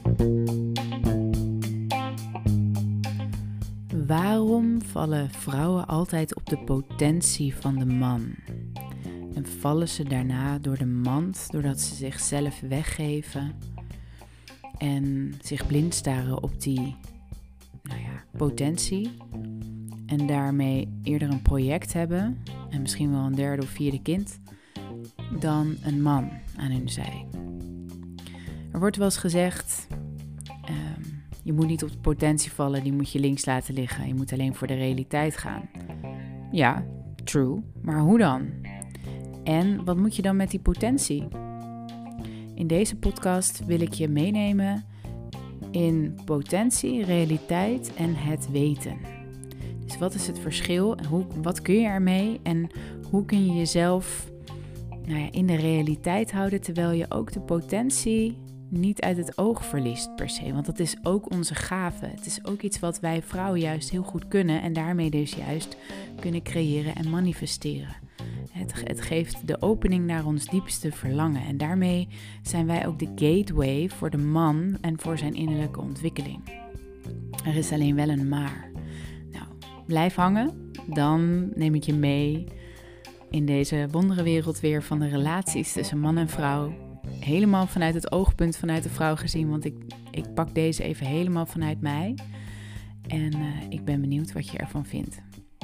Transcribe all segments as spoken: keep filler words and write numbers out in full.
Waarom vallen vrouwen altijd op de potentie van de man? En vallen ze daarna door de mand doordat ze zichzelf weggeven en zich blind staren op die nou ja, potentie en daarmee eerder een project hebben en misschien wel een derde of vierde kind dan een man aan hun zij. Er wordt wel eens gezegd, um, je moet niet op de potentie vallen, die moet je links laten liggen. Je moet alleen voor de realiteit gaan. Ja, true, maar hoe dan? En wat moet je dan met die potentie? In deze podcast wil ik je meenemen in potentie, realiteit en het weten. Dus wat is het verschil? Hoe, wat kun je ermee? En hoe kun je jezelf nou ja, in de realiteit houden, terwijl je ook de potentie niet uit het oog verliest per se. Want dat is ook onze gave. Het is ook iets wat wij vrouwen juist heel goed kunnen en daarmee dus juist kunnen creëren en manifesteren. Het, het geeft de opening naar ons diepste verlangen en daarmee zijn wij ook de gateway voor de man en voor zijn innerlijke ontwikkeling. Er is alleen wel een maar. Nou, blijf hangen, dan neem ik je mee in deze wonderenwereld weer van de relaties tussen man en vrouw. Helemaal vanuit het oogpunt vanuit de vrouw gezien, want ik, ik pak deze even helemaal vanuit mij. En uh, ik ben benieuwd wat je ervan vindt.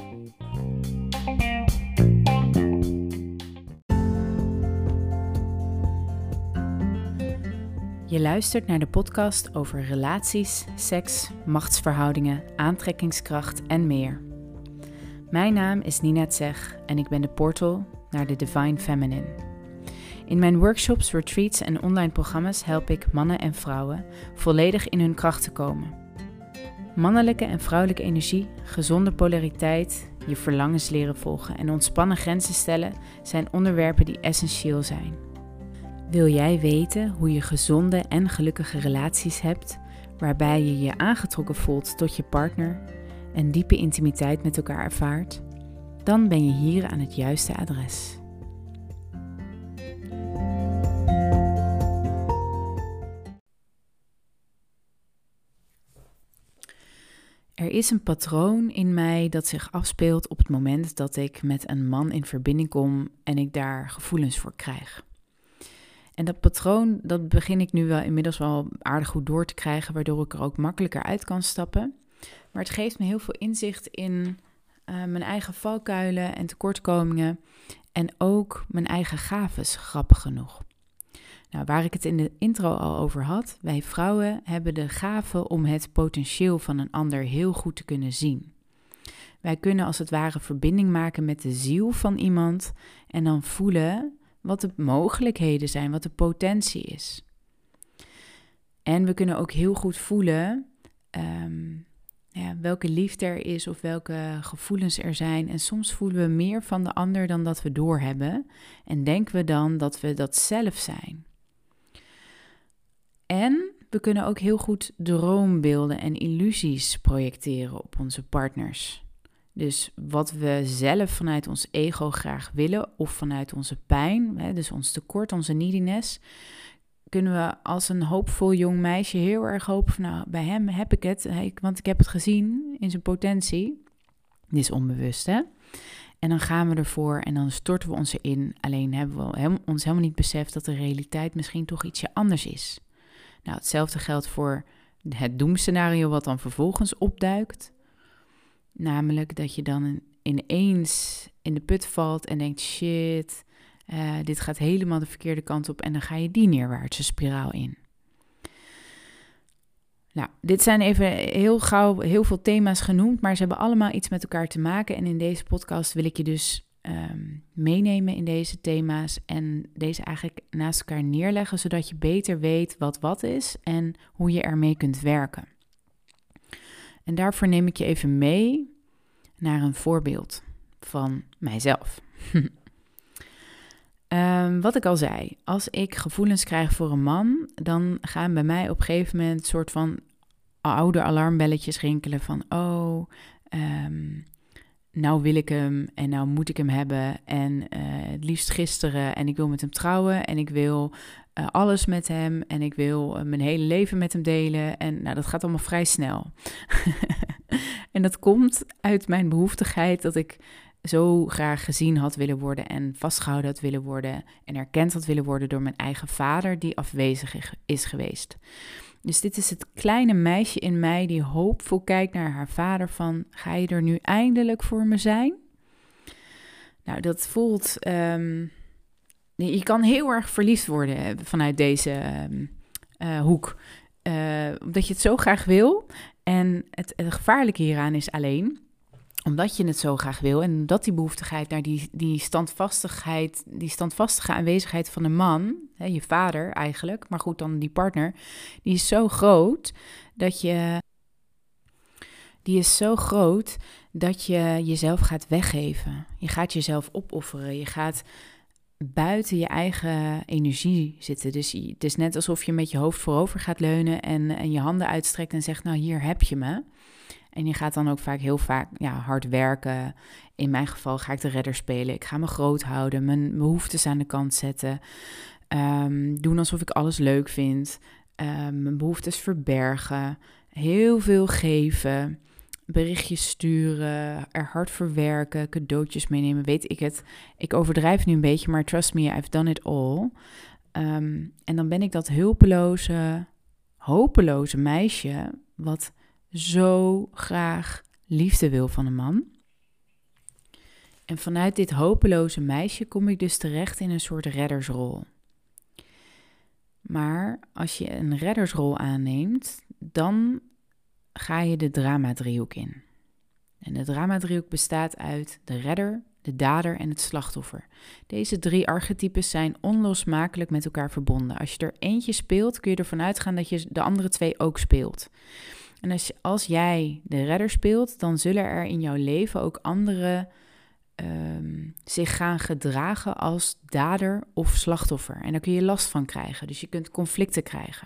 Je luistert naar de podcast over relaties, seks, machtsverhoudingen, aantrekkingskracht en meer. Mijn naam is Nina Tseg en ik ben de portal naar de Divine Feminine. In mijn workshops, retreats en online programma's help ik mannen en vrouwen volledig in hun kracht te komen. Mannelijke en vrouwelijke energie, gezonde polariteit, je verlangens leren volgen en ontspannen grenzen stellen zijn onderwerpen die essentieel zijn. Wil jij weten hoe je gezonde en gelukkige relaties hebt, waarbij je je aangetrokken voelt tot je partner en diepe intimiteit met elkaar ervaart? Dan ben je hier aan het juiste adres. Er is een patroon in mij dat zich afspeelt op het moment dat ik met een man in verbinding kom en ik daar gevoelens voor krijg. En dat patroon, dat begin ik nu wel inmiddels wel aardig goed door te krijgen, waardoor ik er ook makkelijker uit kan stappen. Maar het geeft me heel veel inzicht in uh, mijn eigen valkuilen en tekortkomingen en ook mijn eigen gaves, grappig genoeg. Nou, waar ik het in de intro al over had, wij vrouwen hebben de gave om het potentieel van een ander heel goed te kunnen zien. Wij kunnen als het ware verbinding maken met de ziel van iemand en dan voelen wat de mogelijkheden zijn, wat de potentie is. En we kunnen ook heel goed voelen um, ja, welke liefde er is of welke gevoelens er zijn. En soms voelen we meer van de ander dan dat we doorhebben en denken we dan dat we dat zelf zijn. En we kunnen ook heel goed droombeelden en illusies projecteren op onze partners. Dus wat we zelf vanuit ons ego graag willen of vanuit onze pijn, hè, dus ons tekort, onze neediness, kunnen we als een hoopvol jong meisje heel erg hopen van, nou, bij hem heb ik het, want ik heb het gezien in zijn potentie. Dit is onbewust, hè? En dan gaan we ervoor en dan storten we ons erin. Alleen hebben we ons helemaal niet beseft dat de realiteit misschien toch ietsje anders is. Nou, hetzelfde geldt voor het doemscenario wat dan vervolgens opduikt. Namelijk dat je dan ineens in de put valt en denkt, shit, uh, dit gaat helemaal de verkeerde kant op en dan ga je die neerwaartse spiraal in. Nou, dit zijn even heel gauw heel veel thema's genoemd, maar ze hebben allemaal iets met elkaar te maken. En in deze podcast wil ik je dus um, meenemen in deze thema's en deze eigenlijk naast elkaar neerleggen, zodat je beter weet wat wat is en hoe je ermee kunt werken. En daarvoor neem ik je even mee naar een voorbeeld van mijzelf. um, wat ik al zei, als ik gevoelens krijg voor een man, dan gaan bij mij op een gegeven moment een soort van oude alarmbelletjes rinkelen van, oh, um, nou wil ik hem en nou moet ik hem hebben en uh, het liefst gisteren en ik wil met hem trouwen en ik wil uh, alles met hem en ik wil uh, mijn hele leven met hem delen. En nou, dat gaat allemaal vrij snel. En dat komt uit mijn behoeftigheid dat ik zo graag gezien had willen worden en vastgehouden had willen worden en erkend had willen worden door mijn eigen vader die afwezig is geweest. Dus dit is het kleine meisje in mij die hoopvol kijkt naar haar vader van, ga je er nu eindelijk voor me zijn? Nou, dat voelt, um, je kan heel erg verliefd worden vanuit deze um, uh, hoek, uh, omdat je het zo graag wil. En het, het gevaarlijke hieraan is alleen, omdat je het zo graag wil en omdat die behoeftigheid naar die, die standvastigheid, die standvastige aanwezigheid van een man, hè, je vader eigenlijk, maar goed dan die partner, die is zo groot dat je, die is zo groot dat je jezelf gaat weggeven. Je gaat jezelf opofferen, je gaat buiten je eigen energie zitten. Dus het is net alsof je met je hoofd voorover gaat leunen en, en je handen uitstrekt en zegt, nou hier heb je me. En je gaat dan ook vaak heel vaak ja, hard werken. In mijn geval ga ik de redder spelen. Ik ga me groot houden, mijn behoeftes aan de kant zetten. Um, doen alsof ik alles leuk vind. Um, mijn behoeftes verbergen. Heel veel geven. Berichtjes sturen. Er hard verwerken. Cadeautjes meenemen. Weet ik het. Ik overdrijf nu een beetje, maar trust me, I've done it all. Um, en dan ben ik dat hulpeloze, hopeloze meisje wat zo graag liefde wil van een man. En vanuit dit hopeloze meisje kom ik dus terecht in een soort reddersrol. Maar als je een reddersrol aanneemt, dan ga je de dramadriehoek in. En de dramadriehoek bestaat uit de redder, de dader en het slachtoffer. Deze drie archetypes zijn onlosmakelijk met elkaar verbonden. Als je er eentje speelt, kun je ervan uitgaan dat je de andere twee ook speelt. En als, je, als jij de redder speelt, dan zullen er in jouw leven ook anderen um, zich gaan gedragen als dader of slachtoffer. En daar kun je last van krijgen. Dus je kunt conflicten krijgen.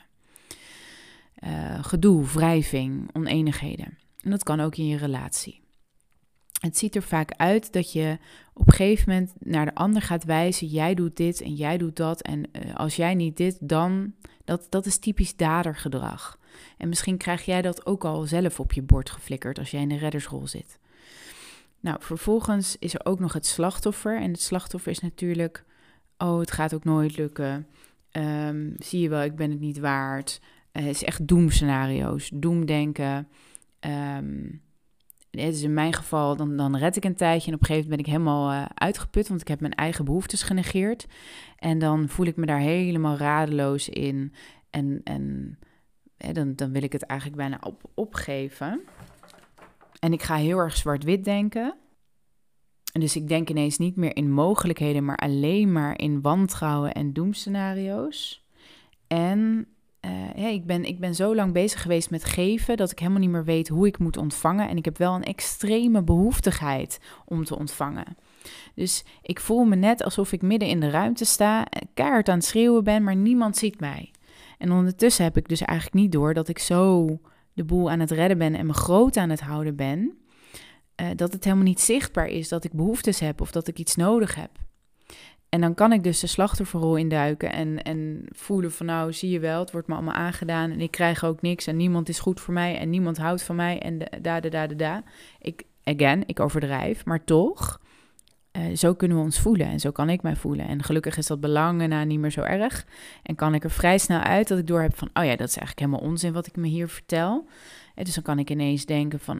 Uh, gedoe, wrijving, oneenigheden. En dat kan ook in je relatie. Het ziet er vaak uit dat je op een gegeven moment naar de ander gaat wijzen. Jij doet dit en jij doet dat. En uh, als jij niet dit, dan... Dat, dat is typisch dadergedrag. En misschien krijg jij dat ook al zelf op je bord geflikkerd als jij in de reddersrol zit. Nou, vervolgens is er ook nog het slachtoffer. En het slachtoffer is natuurlijk, oh, het gaat ook nooit lukken. Um, zie je wel, ik ben het niet waard. Uh, het is echt doemscenario's, doemdenken. Um, het is in mijn geval, dan, dan red ik een tijdje en op een gegeven moment ben ik helemaal uh, uitgeput, want ik heb mijn eigen behoeftes genegeerd. En dan voel ik me daar helemaal radeloos in en... en Ja, dan, dan wil ik het eigenlijk bijna op, opgeven. En ik ga heel erg zwart-wit denken. En dus ik denk ineens niet meer in mogelijkheden, maar alleen maar in wantrouwen en doemscenario's. En uh, ja, ik, ben, ik ben zo lang bezig geweest met geven dat ik helemaal niet meer weet hoe ik moet ontvangen. En ik heb wel een extreme behoeftigheid om te ontvangen. Dus ik voel me net alsof ik midden in de ruimte sta, keihard aan het schreeuwen ben, maar niemand ziet mij. En ondertussen heb ik dus eigenlijk niet door dat ik zo de boel aan het redden ben en me groot aan het houden ben. Uh, dat het helemaal niet zichtbaar is dat ik behoeftes heb of dat ik iets nodig heb. En dan kan ik dus de slachtofferrol induiken en, en voelen van nou zie je wel, het wordt me allemaal aangedaan en ik krijg ook niks en niemand is goed voor mij en niemand houdt van mij en da da da da da. Ik, again, ik overdrijf, maar toch... Uh, zo kunnen we ons voelen en zo kan ik mij voelen. En gelukkig is dat belangen na niet meer zo erg. En kan ik er vrij snel uit dat ik doorheb van... oh ja, dat is eigenlijk helemaal onzin wat ik me hier vertel. En dus dan kan ik ineens denken van...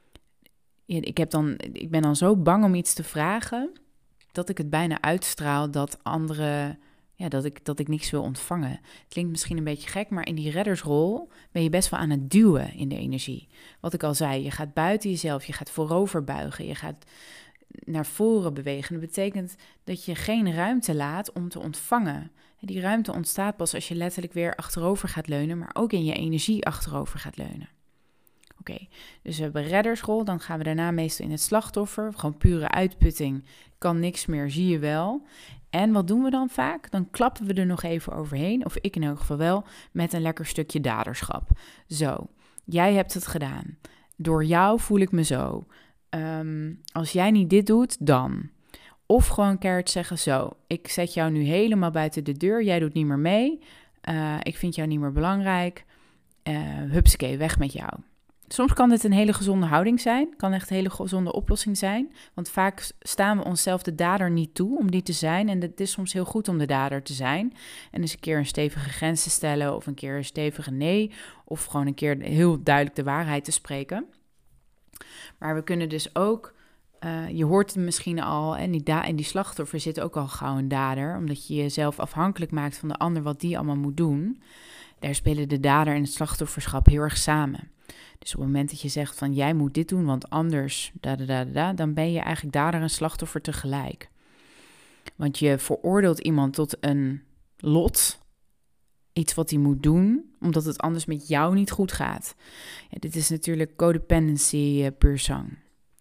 Ik, heb dan, ik ben dan zo bang om iets te vragen... dat ik het bijna uitstraal dat anderen... ja, dat ik, dat ik niks wil ontvangen. Het klinkt misschien een beetje gek, maar in die reddersrol... ben je best wel aan het duwen in de energie. Wat ik al zei, je gaat buiten jezelf, je gaat voorover buigen... je gaat... naar voren bewegen. Dat betekent dat je geen ruimte laat om te ontvangen. Die ruimte ontstaat pas als je letterlijk weer achterover gaat leunen, maar ook in je energie achterover gaat leunen. Oké, okay, dus we hebben reddersrol, dan gaan we daarna meestal in het slachtoffer. Gewoon pure uitputting, kan niks meer, zie je wel. En wat doen we dan vaak? Dan klappen we er nog even overheen, of ik in elk geval wel, met een lekker stukje daderschap. Zo, jij hebt het gedaan. Door jou voel ik me zo. Um, als jij niet dit doet, dan. Of gewoon keihard zeggen, zo, ik zet jou nu helemaal buiten de deur. Jij doet niet meer mee. Uh, ik vind jou niet meer belangrijk. Uh, hupsakee, weg met jou. Soms kan dit een hele gezonde houding zijn. Kan echt een hele gezonde oplossing zijn. Want vaak staan we onszelf de dader niet toe om die te zijn. En het is soms heel goed om de dader te zijn. En dus een keer een stevige grens te stellen. Of een keer een stevige nee. Of gewoon een keer heel duidelijk de waarheid te spreken. Maar we kunnen dus ook... Uh, je hoort het misschien al, en die, da- en die slachtoffer zit ook al gauw een dader, omdat je jezelf afhankelijk maakt van de ander wat die allemaal moet doen. Daar spelen de dader en het slachtofferschap heel erg samen. Dus op het moment dat je zegt van jij moet dit doen, want anders, da, da, da, da, dan ben je eigenlijk dader en slachtoffer tegelijk. Want je veroordeelt iemand tot een lot, iets wat hij moet doen, omdat het anders met jou niet goed gaat. Ja, dit is natuurlijk codependency uh, puur zang.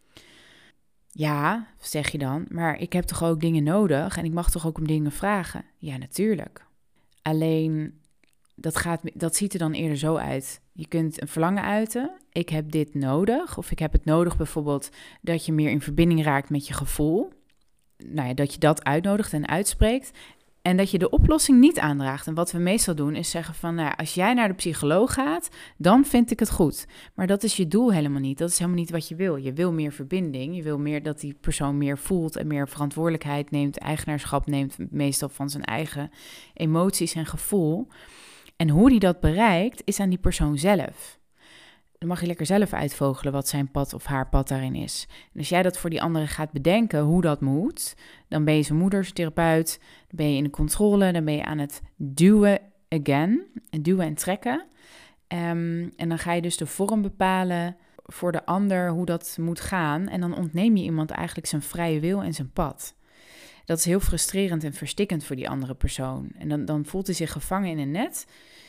Ja, zeg je dan, maar ik heb toch ook dingen nodig en ik mag toch ook om dingen vragen? Ja, natuurlijk. Alleen, dat, gaat, dat ziet er dan eerder zo uit. Je kunt een verlangen uiten, ik heb dit nodig. Of ik heb het nodig bijvoorbeeld dat je meer in verbinding raakt met je gevoel. Nou ja, dat je dat uitnodigt en uitspreekt. En dat je de oplossing niet aandraagt. En wat we meestal doen is zeggen van, nou ja, als jij naar de psycholoog gaat, dan vind ik het goed. Maar dat is je doel helemaal niet. Dat is helemaal niet wat je wil. Je wil meer verbinding. Je wil meer dat die persoon meer voelt en meer verantwoordelijkheid neemt, eigenaarschap neemt, meestal van zijn eigen emoties en gevoel. En hoe die dat bereikt, is aan die persoon zelf. Dan mag je lekker zelf uitvogelen wat zijn pad of haar pad daarin is. En als jij dat voor die anderen gaat bedenken, hoe dat moet, dan ben je zijn moeder, zijn therapeut, dan ben je in de controle, dan ben je aan het duwen again, duwen en trekken. Um, en dan ga je dus de vorm bepalen voor de ander hoe dat moet gaan. En dan ontneem je iemand eigenlijk zijn vrije wil en zijn pad. Dat is heel frustrerend en verstikkend voor die andere persoon. En dan, dan voelt hij zich gevangen in een net.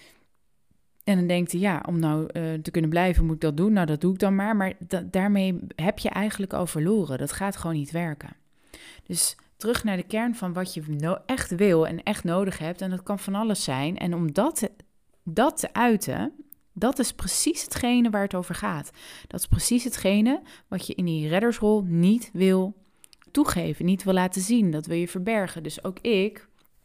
En dan denkt hij, ja, om nou uh, te kunnen blijven moet ik dat doen. Nou, dat doe ik dan maar. Maar da- daarmee heb je eigenlijk al verloren. Dat gaat gewoon niet werken. Dus terug naar de kern van wat je no- echt wil en echt nodig hebt. En dat kan van alles zijn. En om dat te, dat te uiten, dat is precies hetgene waar het over gaat. Dat is precies hetgene wat je in die reddersrol niet wil toegeven, niet wil laten zien. Dat wil je verbergen. Dus ook ik,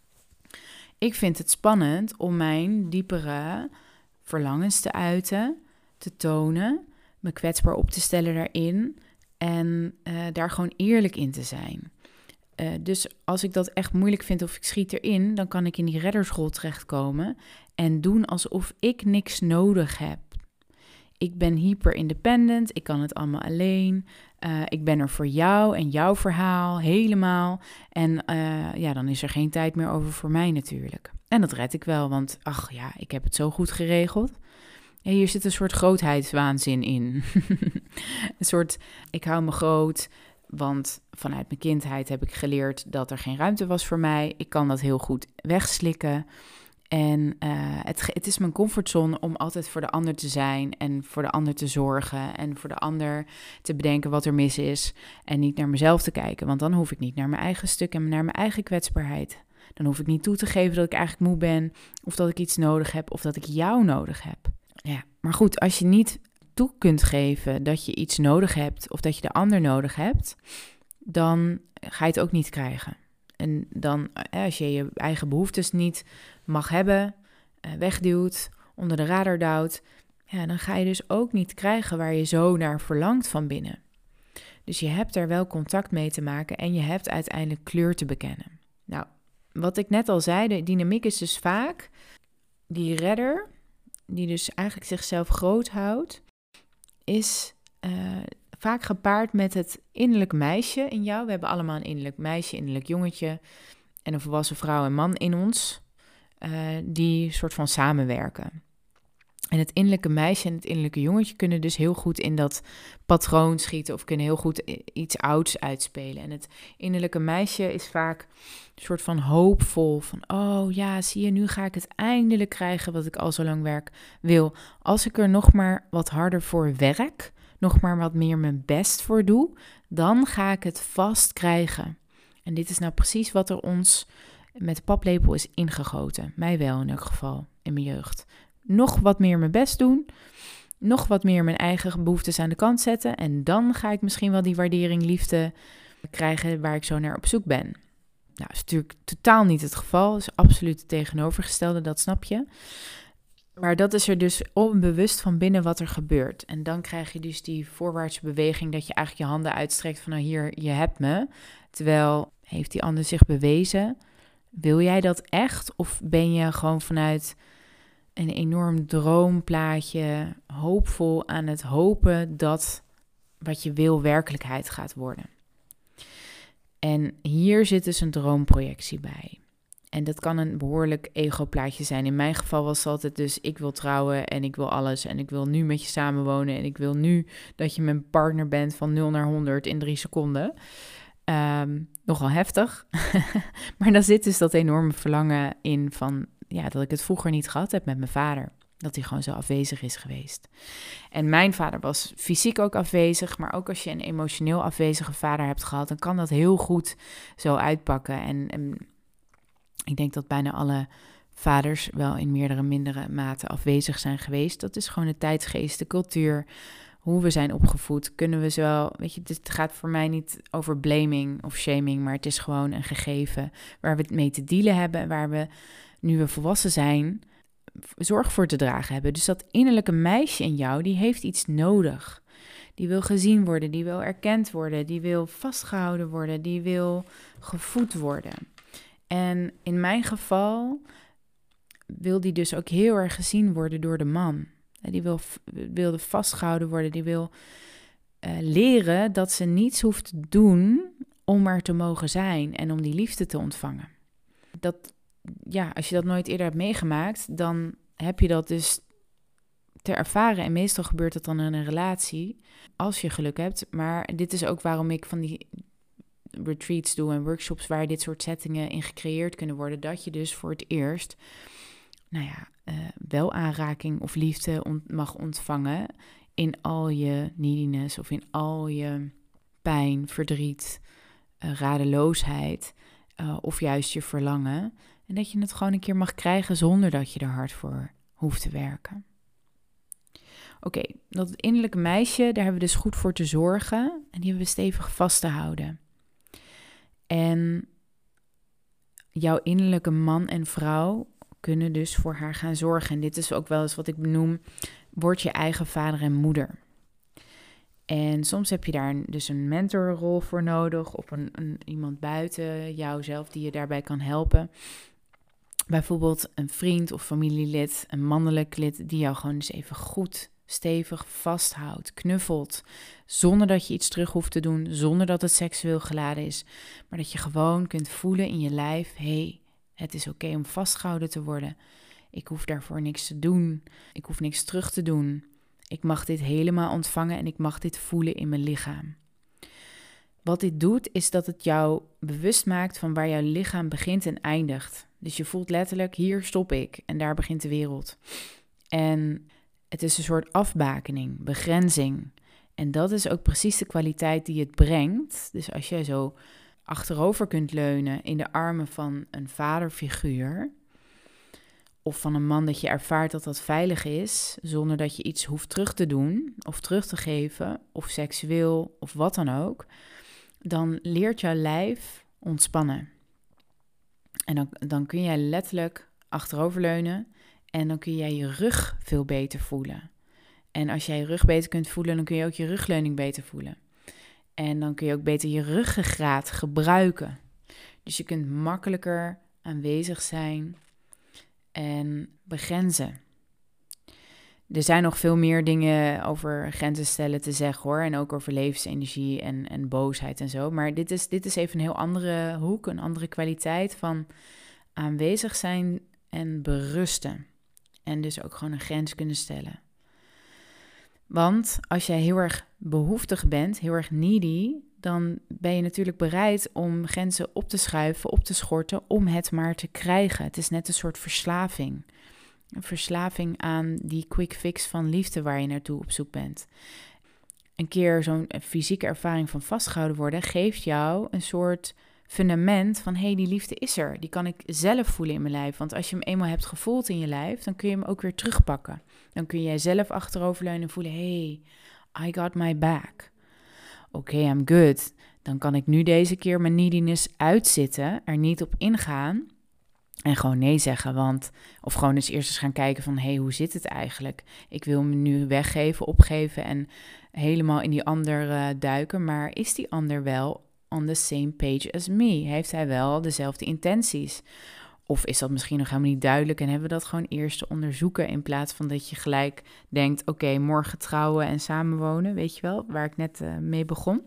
ik vind het spannend om mijn diepere verlangens te uiten, te tonen, me kwetsbaar op te stellen daarin en uh, daar gewoon eerlijk in te zijn. Uh, dus als ik dat echt moeilijk vind of ik schiet erin, dan kan ik in die reddersrol terechtkomen en doen alsof ik niks nodig heb. Ik ben hyper independent, ik kan het allemaal alleen, uh, ik ben er voor jou en jouw verhaal helemaal. En uh, ja, dan is er geen tijd meer over voor mij natuurlijk. En dat red ik wel, want ach ja, ik heb het zo goed geregeld. Ja, hier zit een soort grootheidswaanzin in. Een soort, ik hou me groot, want vanuit mijn kindheid heb ik geleerd dat er geen ruimte was voor mij. Ik kan dat heel goed wegslikken. En uh, het, het is mijn comfortzone om altijd voor de ander te zijn en voor de ander te zorgen en voor de ander te bedenken wat er mis is en niet naar mezelf te kijken, want dan hoef ik niet naar mijn eigen stuk en naar mijn eigen kwetsbaarheid. Dan hoef ik niet toe te geven dat ik eigenlijk moe ben of dat ik iets nodig heb of dat ik jou nodig heb. Ja, maar goed, als je niet toe kunt geven dat je iets nodig hebt of dat je de ander nodig hebt, dan ga je het ook niet krijgen. En dan, als je je eigen behoeftes niet mag hebben, wegduwt, onder de radar duwt, ja, dan ga je dus ook niet krijgen waar je zo naar verlangt van binnen. Dus je hebt er wel contact mee te maken en je hebt uiteindelijk kleur te bekennen. Nou, wat ik net al zei, de dynamiek is dus vaak die redder, die dus eigenlijk zichzelf groot houdt, is uh, vaak gepaard met het innerlijke meisje in jou. We hebben allemaal een innerlijk meisje, innerlijk jongetje en een volwassen vrouw en man in ons, uh, die soort van samenwerken. En het innerlijke meisje en het innerlijke jongetje kunnen dus heel goed in dat patroon schieten of kunnen heel goed iets ouds uitspelen. En het innerlijke meisje is vaak een soort van hoopvol van, oh ja, zie je, nu ga ik het eindelijk krijgen wat ik al zo lang werk wil. Als ik er nog maar wat harder voor werk, nog maar wat meer mijn best voor doe, dan ga ik het vast krijgen. En dit is nou precies wat er ons met de paplepel is ingegoten. Mij wel in elk geval, in mijn jeugd. Nog wat meer mijn best doen, nog wat meer mijn eigen behoeftes aan de kant zetten en dan ga ik misschien wel die waardering, liefde krijgen waar ik zo naar op zoek ben. Nou, dat is natuurlijk totaal niet het geval. Dat is absoluut het tegenovergestelde, dat snap je. Maar dat is er dus onbewust van binnen wat er gebeurt. En dan krijg je dus die voorwaartse beweging dat je eigenlijk je handen uitstrekt van nou hier, je hebt me. Terwijl, heeft die ander zich bewezen? Wil jij dat echt? Of ben je gewoon vanuit een enorm droomplaatje hoopvol aan het hopen dat wat je wil werkelijkheid gaat worden? En hier zit dus een droomprojectie bij. En dat kan een behoorlijk egoplaatje zijn. In mijn geval was het altijd dus ik wil trouwen en ik wil alles. En ik wil nu met je samenwonen. En ik wil nu dat je mijn partner bent van nul naar honderd in drie seconden. Um, nogal heftig. Maar daar zit dus dat enorme verlangen in van ja, dat ik het vroeger niet gehad heb met mijn vader. Dat hij gewoon zo afwezig is geweest. En mijn vader was fysiek ook afwezig. Maar ook als je een emotioneel afwezige vader hebt gehad, dan kan dat heel goed zo uitpakken. En... en ik denk dat bijna alle vaders wel in meerdere mindere mate afwezig zijn geweest. Dat is gewoon de tijdsgeest, de cultuur, hoe we zijn opgevoed. Kunnen we zo, weet je, het gaat voor mij niet over blaming of shaming, maar het is gewoon een gegeven waar we het mee te dealen hebben, waar we, nu we volwassen zijn, zorg voor te dragen hebben. Dus dat innerlijke meisje in jou, die heeft iets nodig. Die wil gezien worden, die wil erkend worden, die wil vastgehouden worden, die wil gevoed worden. En in mijn geval wil die dus ook heel erg gezien worden door de man. Die wil, wilde vastgehouden worden, die wil uh, leren dat ze niets hoeft te doen om er te mogen zijn en om die liefde te ontvangen. Dat, ja, als je dat nooit eerder hebt meegemaakt, dan heb je dat dus te ervaren. En meestal gebeurt dat dan in een relatie, als je geluk hebt. Maar dit is ook waarom ik van die retreats doe en workshops waar dit soort settingen in gecreëerd kunnen worden. Dat je dus voor het eerst, nou ja, uh, wel aanraking of liefde ont- mag ontvangen in al je neediness of in al je pijn, verdriet, uh, radeloosheid uh, of juist je verlangen. En dat je het gewoon een keer mag krijgen zonder dat je er hard voor hoeft te werken. Oké, okay, dat innerlijke meisje, daar hebben we dus goed voor te zorgen en die hebben we stevig vast te houden. En jouw innerlijke man en vrouw kunnen dus voor haar gaan zorgen. En dit is ook wel eens wat ik benoem, word je eigen vader en moeder. En soms heb je daar dus een mentorrol voor nodig, of een, een, iemand buiten jouzelf die je daarbij kan helpen. Bijvoorbeeld een vriend of familielid, een mannelijk lid, die jou gewoon eens even goed stevig vasthoudt, knuffelt, zonder dat je iets terug hoeft te doen, zonder dat het seksueel geladen is, maar dat je gewoon kunt voelen in je lijf, hé, hey, het is oké om vastgehouden te worden. Ik hoef daarvoor niks te doen, ik hoef niks terug te doen. Ik mag dit helemaal ontvangen en ik mag dit voelen in mijn lichaam. Wat dit doet, is dat het jou bewust maakt van waar jouw lichaam begint en eindigt. Dus je voelt letterlijk, hier stop ik en daar begint de wereld. En het is een soort afbakening, begrenzing. En dat is ook precies de kwaliteit die het brengt. Dus als jij zo achterover kunt leunen in de armen van een vaderfiguur, of van een man dat je ervaart dat dat veilig is, zonder dat je iets hoeft terug te doen, of terug te geven, of seksueel, of wat dan ook, dan leert jouw lijf ontspannen. En dan, dan kun jij letterlijk achteroverleunen en dan kun jij je rug veel beter voelen. En als jij je rug beter kunt voelen, dan kun je ook je rugleuning beter voelen. En dan kun je ook beter je ruggengraat gebruiken. Dus je kunt makkelijker aanwezig zijn en begrenzen. Er zijn nog veel meer dingen over grenzen stellen te zeggen hoor. En ook over levensenergie en, en boosheid en zo. Maar dit is, dit is even een heel andere hoek, een andere kwaliteit van aanwezig zijn en berusten. En dus ook gewoon een grens kunnen stellen. Want als jij heel erg behoeftig bent, heel erg needy, dan ben je natuurlijk bereid om grenzen op te schuiven, op te schorten, om het maar te krijgen. Het is net een soort verslaving. Een verslaving aan die quick fix van liefde waar je naartoe op zoek bent. Een keer zo'n fysieke ervaring van vastgehouden worden geeft jou een soort fundament van, hé, hey, die liefde is er. Die kan ik zelf voelen in mijn lijf. Want als je hem eenmaal hebt gevoeld in je lijf, dan kun je hem ook weer terugpakken. Dan kun jij zelf achteroverleunen en voelen, hey, I got my back. Oké, okay, I'm good. dan kan ik nu deze keer mijn neediness uitzitten, er niet op ingaan en gewoon nee zeggen. Want, of gewoon eens eerst eens gaan kijken van, hé, hey, hoe zit het eigenlijk? Ik wil me nu weggeven, opgeven en helemaal in die ander uh, duiken. Maar is die ander wel on the same page as me? Heeft hij wel dezelfde intenties? Of is dat misschien nog helemaal niet duidelijk en hebben we dat gewoon eerst te onderzoeken in plaats van dat je gelijk denkt, oké, okay, morgen trouwen en samenwonen, weet je wel, waar ik net uh, mee begon.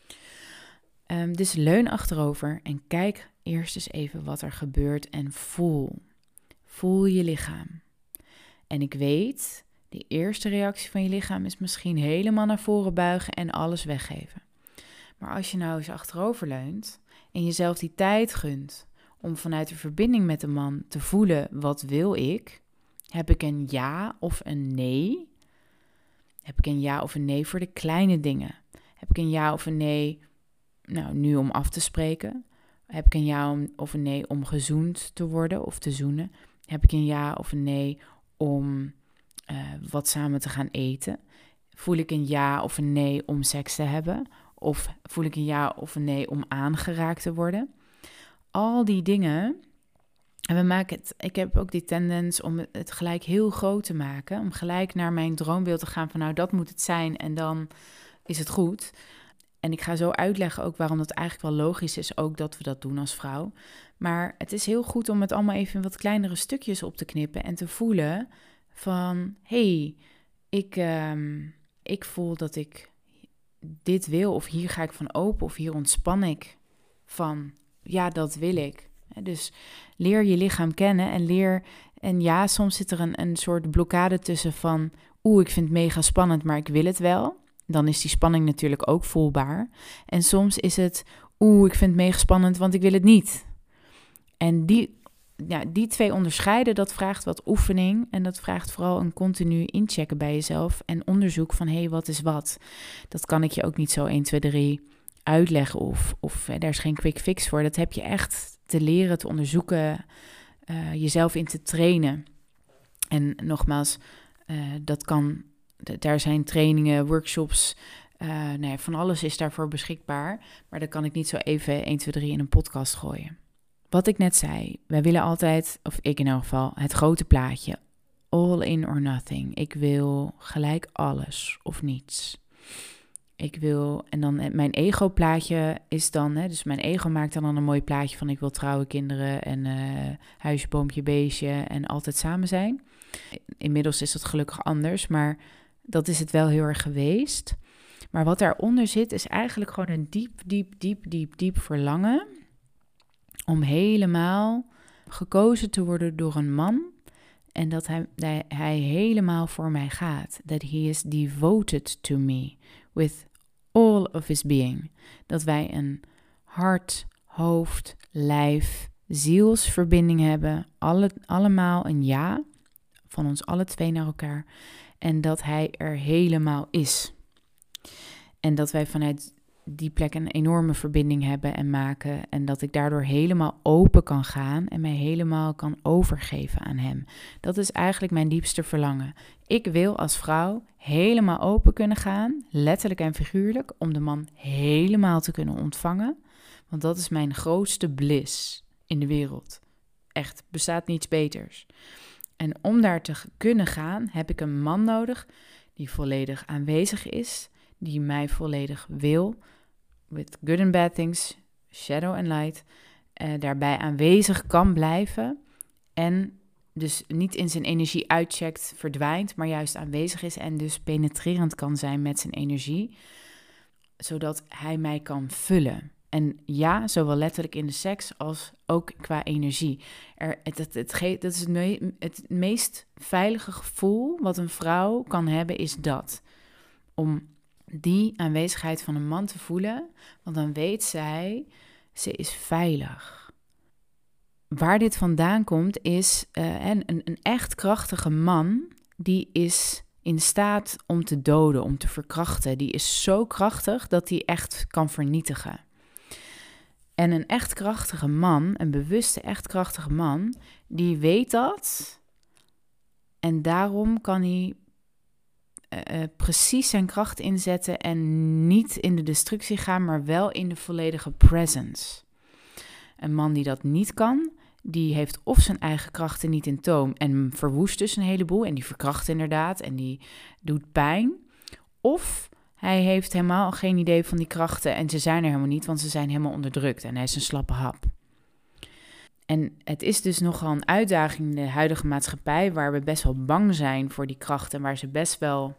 Um, dus leun achterover en kijk eerst eens even wat er gebeurt en voel. Voel je lichaam. En ik weet, de eerste reactie van je lichaam is misschien helemaal naar voren buigen en alles weggeven. Maar als je nou eens achterover leunt en jezelf die tijd gunt om vanuit de verbinding met de man te voelen, wat wil ik? Heb ik een ja of een nee? Heb ik een ja of een nee voor de kleine dingen? Heb ik een ja of een nee, nou, nu om af te spreken? Heb ik een ja of een nee om gezoend te worden of te zoenen? Heb ik een ja of een nee om uh, wat samen te gaan eten? Voel ik een ja of een nee om seks te hebben? Of voel ik een ja of een nee om aangeraakt te worden? Al die dingen, en we maken het, ik heb ook die tendens om het gelijk heel groot te maken, om gelijk naar mijn droombeeld te gaan van nou, dat moet het zijn en dan is het goed. En ik ga zo uitleggen ook waarom dat eigenlijk wel logisch is, ook dat we dat doen als vrouw. Maar het is heel goed om het allemaal even in wat kleinere stukjes op te knippen en te voelen van, hé, hey, ik, um, ik voel dat ik dit wil of hier ga ik van open of hier ontspan ik van. Ja, dat wil ik. Dus leer je lichaam kennen en leer... En ja, soms zit er een, een soort blokkade tussen van... Oeh, ik vind het mega spannend, maar ik wil het wel. Dan is die spanning natuurlijk ook voelbaar. En soms is het... Oeh, ik vind het mega spannend, want ik wil het niet. En die, ja, die twee onderscheiden, dat vraagt wat oefening. En dat vraagt vooral een continu inchecken bij jezelf. En onderzoek van, hé, hey, wat is wat? Dat kan ik je ook niet zo één, twee, drie... uitleggen of, of hè, daar is geen quick fix voor. Dat heb je echt te leren, te onderzoeken, uh, jezelf in te trainen. En nogmaals, uh, dat kan, d- daar zijn trainingen, workshops, uh, nou ja, van alles is daarvoor beschikbaar. Maar dat kan ik niet zo even één, twee, drie in een podcast gooien. Wat ik net zei, wij willen altijd, of ik in elk geval, het grote plaatje. All in or nothing. Ik wil gelijk alles of niets. Ik wil, en dan mijn ego-plaatje is dan, hè, dus mijn ego maakt dan, dan een mooi plaatje van ik wil trouwen, kinderen en uh, huisje, boompje, beestje en altijd samen zijn. Inmiddels is dat gelukkig anders, maar dat is het wel heel erg geweest. Maar wat daaronder zit is eigenlijk gewoon een diep, diep, diep, diep, diep verlangen om helemaal gekozen te worden door een man en dat hij, hij, hij helemaal voor mij gaat. That he is devoted to me with all of his being. Dat wij een hart, hoofd, lijf, zielsverbinding hebben. Alle, allemaal een ja van ons alle twee naar elkaar. En dat hij er helemaal is. En dat wij vanuit die plek een enorme verbinding hebben en maken. En dat ik daardoor helemaal open kan gaan en mij helemaal kan overgeven aan hem. Dat is eigenlijk mijn diepste verlangen. Ik wil als vrouw helemaal open kunnen gaan, letterlijk en figuurlijk, om de man helemaal te kunnen ontvangen. Want dat is mijn grootste bliss in de wereld. Echt, bestaat niets beters. En om daar te kunnen gaan, heb ik een man nodig die volledig aanwezig is, die mij volledig wil, with good and bad things, shadow and light, uh, daarbij aanwezig kan blijven en dus niet in zijn energie uitcheckt, verdwijnt, maar juist aanwezig is en dus penetrerend kan zijn met zijn energie, zodat hij mij kan vullen. En ja, zowel letterlijk in de seks als ook qua energie. Er, het, het, het, ge- dat is het, me- het meest veilige gevoel wat een vrouw kan hebben, is dat. Om die aanwezigheid van een man te voelen, want dan weet zij, ze is veilig. Waar dit vandaan komt is uh, een, een, een echt krachtige man, die is in staat om te doden, om te verkrachten. Die is zo krachtig dat hij echt kan vernietigen. En een echt krachtige man, een bewuste echt krachtige man, die weet dat. En daarom kan hij uh, precies zijn kracht inzetten en niet in de destructie gaan, maar wel in de volledige presence. Een man die dat niet kan, die heeft of zijn eigen krachten niet in toom en verwoest dus een heleboel en die verkracht inderdaad en die doet pijn. Of hij heeft helemaal geen idee van die krachten en ze zijn er helemaal niet, want ze zijn helemaal onderdrukt en hij is een slappe hap. En het is dus nogal een uitdaging in de huidige maatschappij, waar we best wel bang zijn voor die krachten en waar ze best wel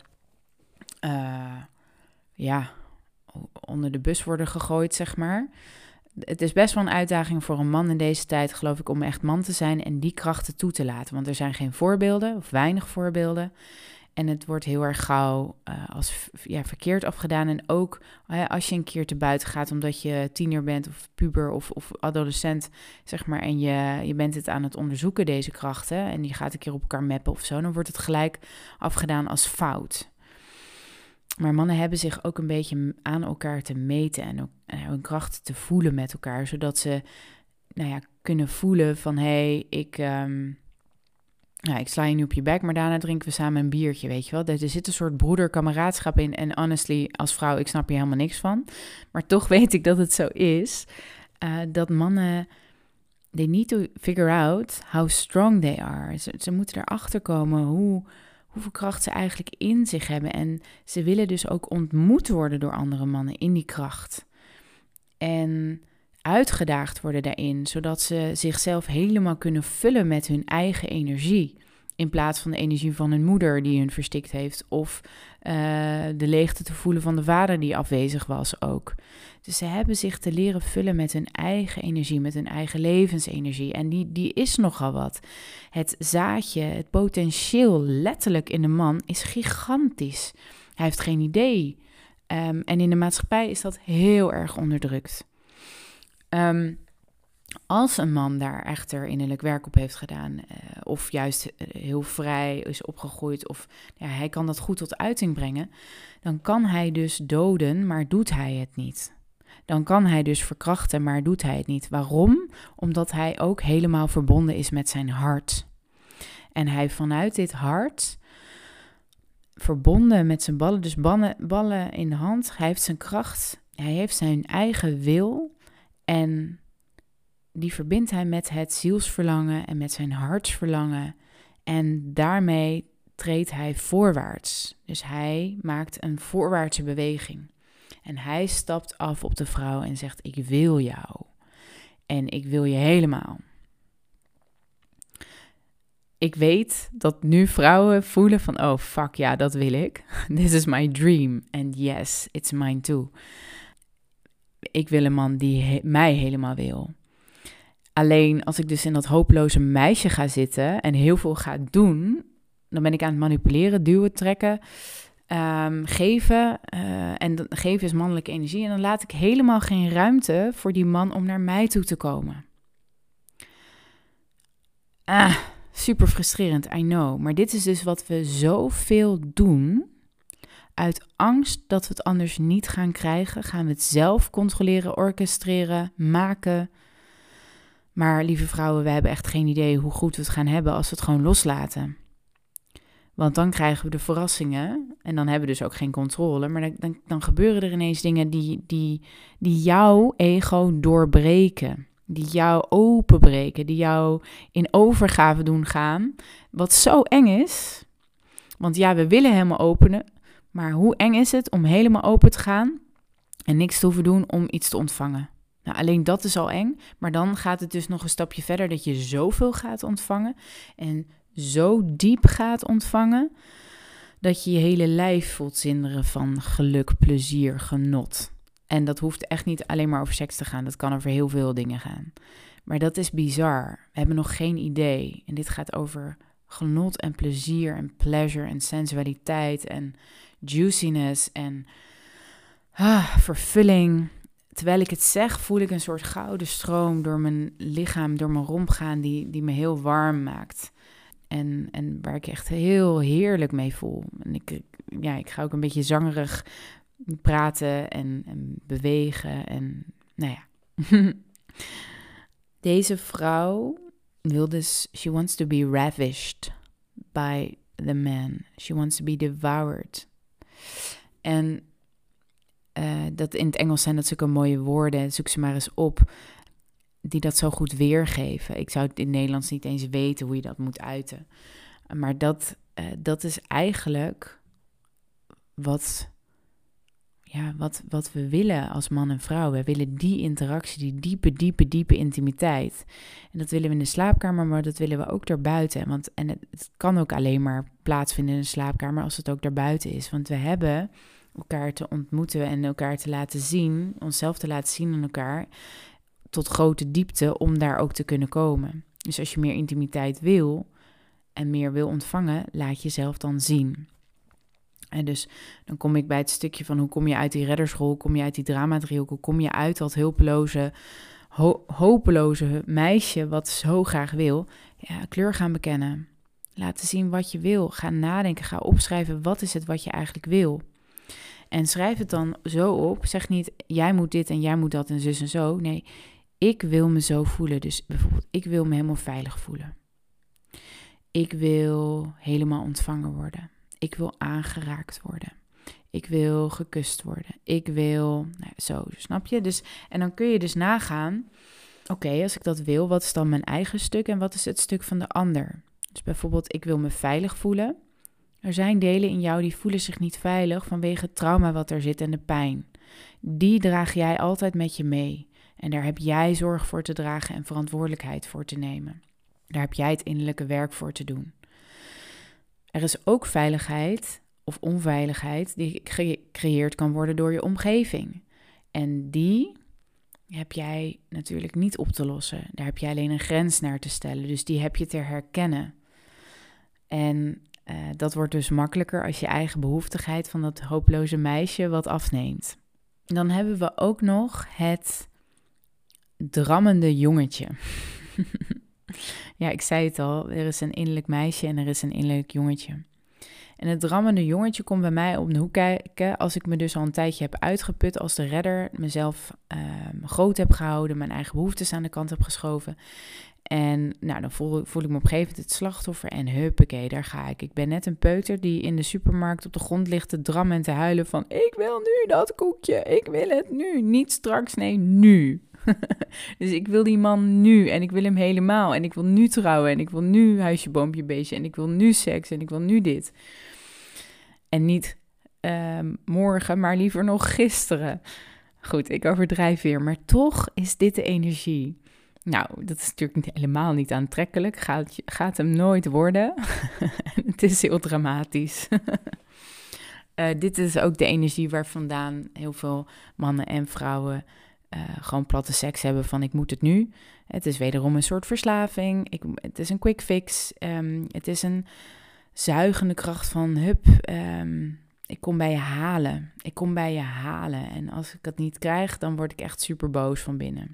uh, ja, onder de bus worden gegooid, zeg maar. Het is best wel een uitdaging voor een man in deze tijd, geloof ik, om echt man te zijn en die krachten toe te laten. Want er zijn geen voorbeelden, of weinig voorbeelden. En het wordt heel erg gauw uh, als ja, verkeerd afgedaan. En ook uh, als je een keer te buiten gaat omdat je tiener bent of puber of, of adolescent, zeg maar, en je, je bent het aan het onderzoeken, deze krachten, en je gaat een keer op elkaar mappen of zo, dan wordt het gelijk afgedaan als fout. Maar mannen hebben zich ook een beetje aan elkaar te meten en ook, uh, hun krachten te voelen met elkaar, zodat ze nou ja, kunnen voelen van, hé, hey, ik... Um, Nou, ik sla je nu op je bek, maar daarna drinken we samen een biertje, weet je wel. Er zit een soort broederkameraadschap in. En honestly, als vrouw, ik snap hier helemaal niks van. Maar toch weet ik dat het zo is. Uh, dat mannen, they need to figure out how strong they are. Ze, ze moeten erachter komen hoe, hoeveel kracht ze eigenlijk in zich hebben. En ze willen dus ook ontmoet worden door andere mannen in die kracht. En uitgedaagd worden daarin, zodat ze zichzelf helemaal kunnen vullen met hun eigen energie, in plaats van de energie van hun moeder die hun verstikt heeft, of uh, de leegte te voelen van de vader die afwezig was ook. Dus ze hebben zich te leren vullen met hun eigen energie, met hun eigen levensenergie. En die, die is nogal wat. Het zaadje, het potentieel letterlijk in de man is gigantisch. Hij heeft geen idee. Um, en in de maatschappij is dat heel erg onderdrukt. Um, als een man daar echter innerlijk werk op heeft gedaan, uh, of juist uh, heel vrij is opgegroeid, of ja, hij kan dat goed tot uiting brengen, dan kan hij dus doden, maar doet hij het niet. Dan kan hij dus verkrachten, maar doet hij het niet. Waarom? Omdat hij ook helemaal verbonden is met zijn hart. En hij vanuit dit hart, verbonden met zijn ballen, dus ballen, ballen in de hand, hij heeft zijn kracht, hij heeft zijn eigen wil. En die verbindt hij met het zielsverlangen en met zijn hartsverlangen. En daarmee treedt hij voorwaarts. Dus hij maakt een voorwaartse beweging. En hij stapt af op de vrouw en zegt, ik wil jou. En ik wil je helemaal. Ik weet dat nu vrouwen voelen van, oh fuck ja, dat wil ik. This is my dream. And yes, it's mine too. Ik wil een man die he- mij helemaal wil. Alleen als ik dus in dat hopeloze meisje ga zitten en heel veel ga doen, dan ben ik aan het manipuleren, duwen, trekken, um, geven. Uh, en dan, geven is mannelijke energie. En dan laat ik helemaal geen ruimte voor die man om naar mij toe te komen. Ah, super frustrerend, I know. Maar dit is dus wat we zoveel doen. Uit angst dat we het anders niet gaan krijgen, gaan we het zelf controleren, orchestreren, maken. Maar lieve vrouwen, we hebben echt geen idee hoe goed we het gaan hebben als we het gewoon loslaten. Want dan krijgen we de verrassingen en dan hebben we dus ook geen controle. Maar dan, dan, dan gebeuren er ineens dingen die, die, die jouw ego doorbreken. Die jou openbreken, die jou in overgave doen gaan. Wat zo eng is. Want ja, we willen helemaal openen. Maar hoe eng is het om helemaal open te gaan en niks te hoeven doen om iets te ontvangen? Nou, alleen dat is al eng, maar dan gaat het dus nog een stapje verder dat je zoveel gaat ontvangen en zo diep gaat ontvangen dat je je hele lijf voelt zinderen van geluk, plezier, genot. En dat hoeft echt niet alleen maar over seks te gaan, dat kan over heel veel dingen gaan. Maar dat is bizar, we hebben nog geen idee en dit gaat over genot en plezier en pleasure en sensualiteit en juiciness en ah, vervulling. Terwijl ik het zeg, voel ik een soort gouden stroom door mijn lichaam, door mijn romp gaan, die, die me heel warm maakt. En, en waar ik echt heel heerlijk mee voel. En ik, ja, ik ga ook een beetje zangerig praten en, en bewegen. En nou ja. Deze vrouw wil dus, she wants to be ravished by the man. She wants to be devoured En uh, dat in het Engels zijn dat zulke mooie woorden, zoek ze maar eens op, die dat zo goed weergeven. Ik zou het in het Nederlands niet eens weten hoe je dat moet uiten. Maar dat, uh, dat is eigenlijk wat, ja, wat, wat we willen als man en vrouw. We willen die interactie, die diepe, diepe, diepe intimiteit. En dat willen we in de slaapkamer, maar dat willen we ook daarbuiten. Want, en het, het kan ook alleen maar plaatsvinden in de slaapkamer als het ook daarbuiten is. Want we hebben elkaar te ontmoeten en elkaar te laten zien, onszelf te laten zien aan elkaar, tot grote diepte om daar ook te kunnen komen. Dus als je meer intimiteit wil en meer wil ontvangen, laat jezelf dan zien. En dus dan kom ik bij het stukje van hoe kom je uit die redderschool, hoe kom je uit die dramadriehoek, hoe kom je uit dat hulpeloze, ho- hopeloze meisje wat zo graag wil. Ja, kleur gaan bekennen. Laten zien wat je wil. Ga nadenken, ga opschrijven wat is het wat je eigenlijk wil. En schrijf het dan zo op. Zeg niet, jij moet dit en jij moet dat en zus en zo. Nee, ik wil me zo voelen. Dus bijvoorbeeld, ik wil me helemaal veilig voelen. Ik wil helemaal ontvangen worden. Ik wil aangeraakt worden. Ik wil gekust worden. Ik wil, nou, zo, snap je? Dus, en dan kun je dus nagaan, oké, okay, als ik dat wil, wat is dan mijn eigen stuk en wat is het stuk van de ander? Dus bijvoorbeeld, ik wil me veilig voelen. Er zijn delen in jou die voelen zich niet veilig vanwege het trauma wat er zit en de pijn. Die draag jij altijd met je mee. En daar heb jij zorg voor te dragen en verantwoordelijkheid voor te nemen. Daar heb jij het innerlijke werk voor te doen. Er is ook veiligheid of onveiligheid die gecreëerd kan worden door je omgeving. En die heb jij natuurlijk niet op te lossen. Daar heb jij alleen een grens naar te stellen. Dus die heb je te herkennen. En uh, dat wordt dus makkelijker als je eigen behoeftigheid van dat hopeloze meisje wat afneemt. Dan hebben we ook nog het drammende jongetje. Ja, ik zei het al, er is een innerlijk meisje en er is een innerlijk jongetje. En het drammende jongetje komt bij mij om de hoek kijken als ik me dus al een tijdje heb uitgeput als de redder, mezelf uh, groot heb gehouden, mijn eigen behoeftes aan de kant heb geschoven. En nou, dan voel, voel ik me op een gegeven moment het slachtoffer en huppakee, daar ga ik. Ik ben net een peuter die in de supermarkt op de grond ligt te drammen en te huilen van ik wil nu dat koekje, ik wil het nu, niet straks, nee, nu. Dus ik wil die man nu en ik wil hem helemaal en ik wil nu trouwen en ik wil nu huisje, boompje, beestje en ik wil nu seks en ik wil nu dit. En niet uh, morgen, maar liever nog gisteren. Goed, ik overdrijf weer, maar toch is dit de energie. Nou, dat is natuurlijk niet, helemaal niet aantrekkelijk, gaat, gaat hem nooit worden. Het is heel dramatisch. uh, dit is ook de energie waar vandaan heel veel mannen en vrouwen Uh, gewoon platte seks hebben van ik moet het nu. Het is wederom een soort verslaving. Ik, het is een quick fix. Um, het is een zuigende kracht van hup, um, ik kom bij je halen. Ik kom bij je halen. En als ik dat niet krijg, dan word ik echt super boos van binnen.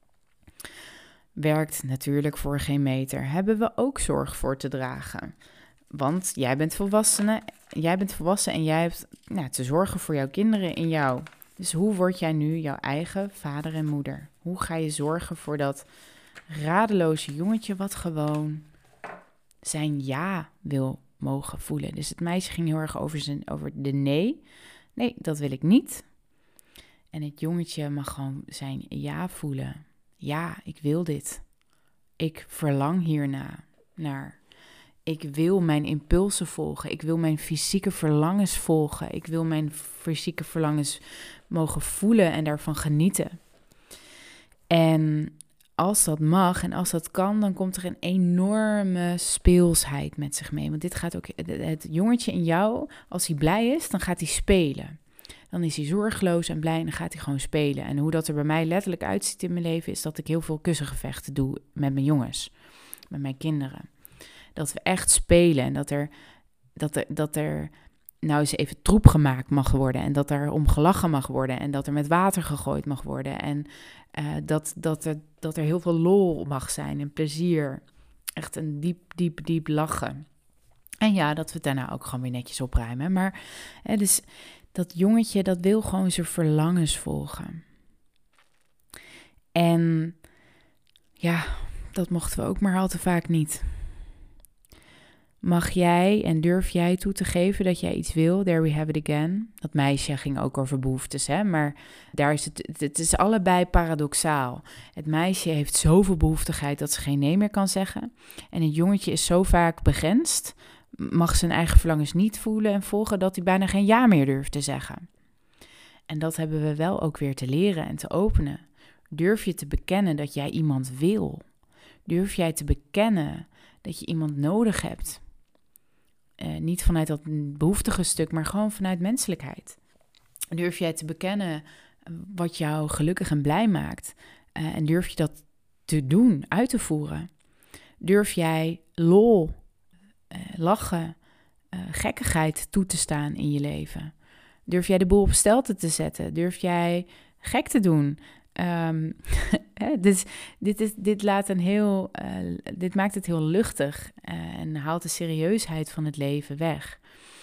Werkt natuurlijk voor geen meter. Hebben we ook zorg voor te dragen. Want jij bent volwassene, jij bent volwassen en jij hebt nou, te zorgen voor jouw kinderen in jou. Dus hoe word jij nu jouw eigen vader en moeder? Hoe ga je zorgen voor dat radeloze jongetje wat gewoon zijn ja wil mogen voelen? Dus het meisje ging heel erg over, zijn, over de nee. Nee, dat wil ik niet. En het jongetje mag gewoon zijn ja voelen. Ja, ik wil dit. Ik verlang hierna naar. Ik wil mijn impulsen volgen. Ik wil mijn fysieke verlangens volgen. Ik wil mijn fysieke verlangens mogen voelen en daarvan genieten. En als dat mag en als dat kan, dan komt er een enorme speelsheid met zich mee. Want dit gaat ook, het jongetje in jou, als hij blij is, dan gaat hij spelen. Dan is hij zorgeloos en blij en dan gaat hij gewoon spelen. En hoe dat er bij mij letterlijk uitziet in mijn leven, is dat ik heel veel kussengevechten doe met mijn jongens, met mijn kinderen. Dat we echt spelen en dat er, dat er, dat er nou eens even troep gemaakt mag worden. En dat er om gelachen mag worden. En dat er met water gegooid mag worden. En uh, dat, dat, er, dat er heel veel lol mag zijn en plezier. Echt een diep, diep, diep lachen. En ja, dat we het daarna ook gewoon weer netjes opruimen. Maar hè, dus dat jongetje, dat wil gewoon zijn verlangens volgen. En ja, dat mochten we ook maar al te vaak niet. mag jij en durf jij toe te geven dat jij iets wil? There we have it again. Dat meisje ging ook over behoeftes, hè? Maar daar is het, het is allebei paradoxaal. Het meisje heeft zoveel behoeftigheid dat ze geen nee meer kan zeggen. En het jongetje is zo vaak begrensd, mag zijn eigen verlangens niet voelen en volgen, dat hij bijna geen ja meer durft te zeggen. En dat hebben we wel ook weer te leren en te openen. Durf je te bekennen dat jij iemand wil? Durf jij te bekennen dat je iemand nodig hebt? Uh, niet vanuit dat behoeftige stuk, maar gewoon vanuit menselijkheid. Durf jij te bekennen wat jou gelukkig en blij maakt? Uh, en durf je dat te doen, uit te voeren? Durf jij lol, uh, lachen, uh, gekkigheid toe te staan in je leven? Durf jij de boel op stelte te zetten? Durf jij gek te doen? Um, dus dit, is, dit, laat een heel, uh, dit maakt het heel luchtig uh, en haalt de serieusheid van het leven weg.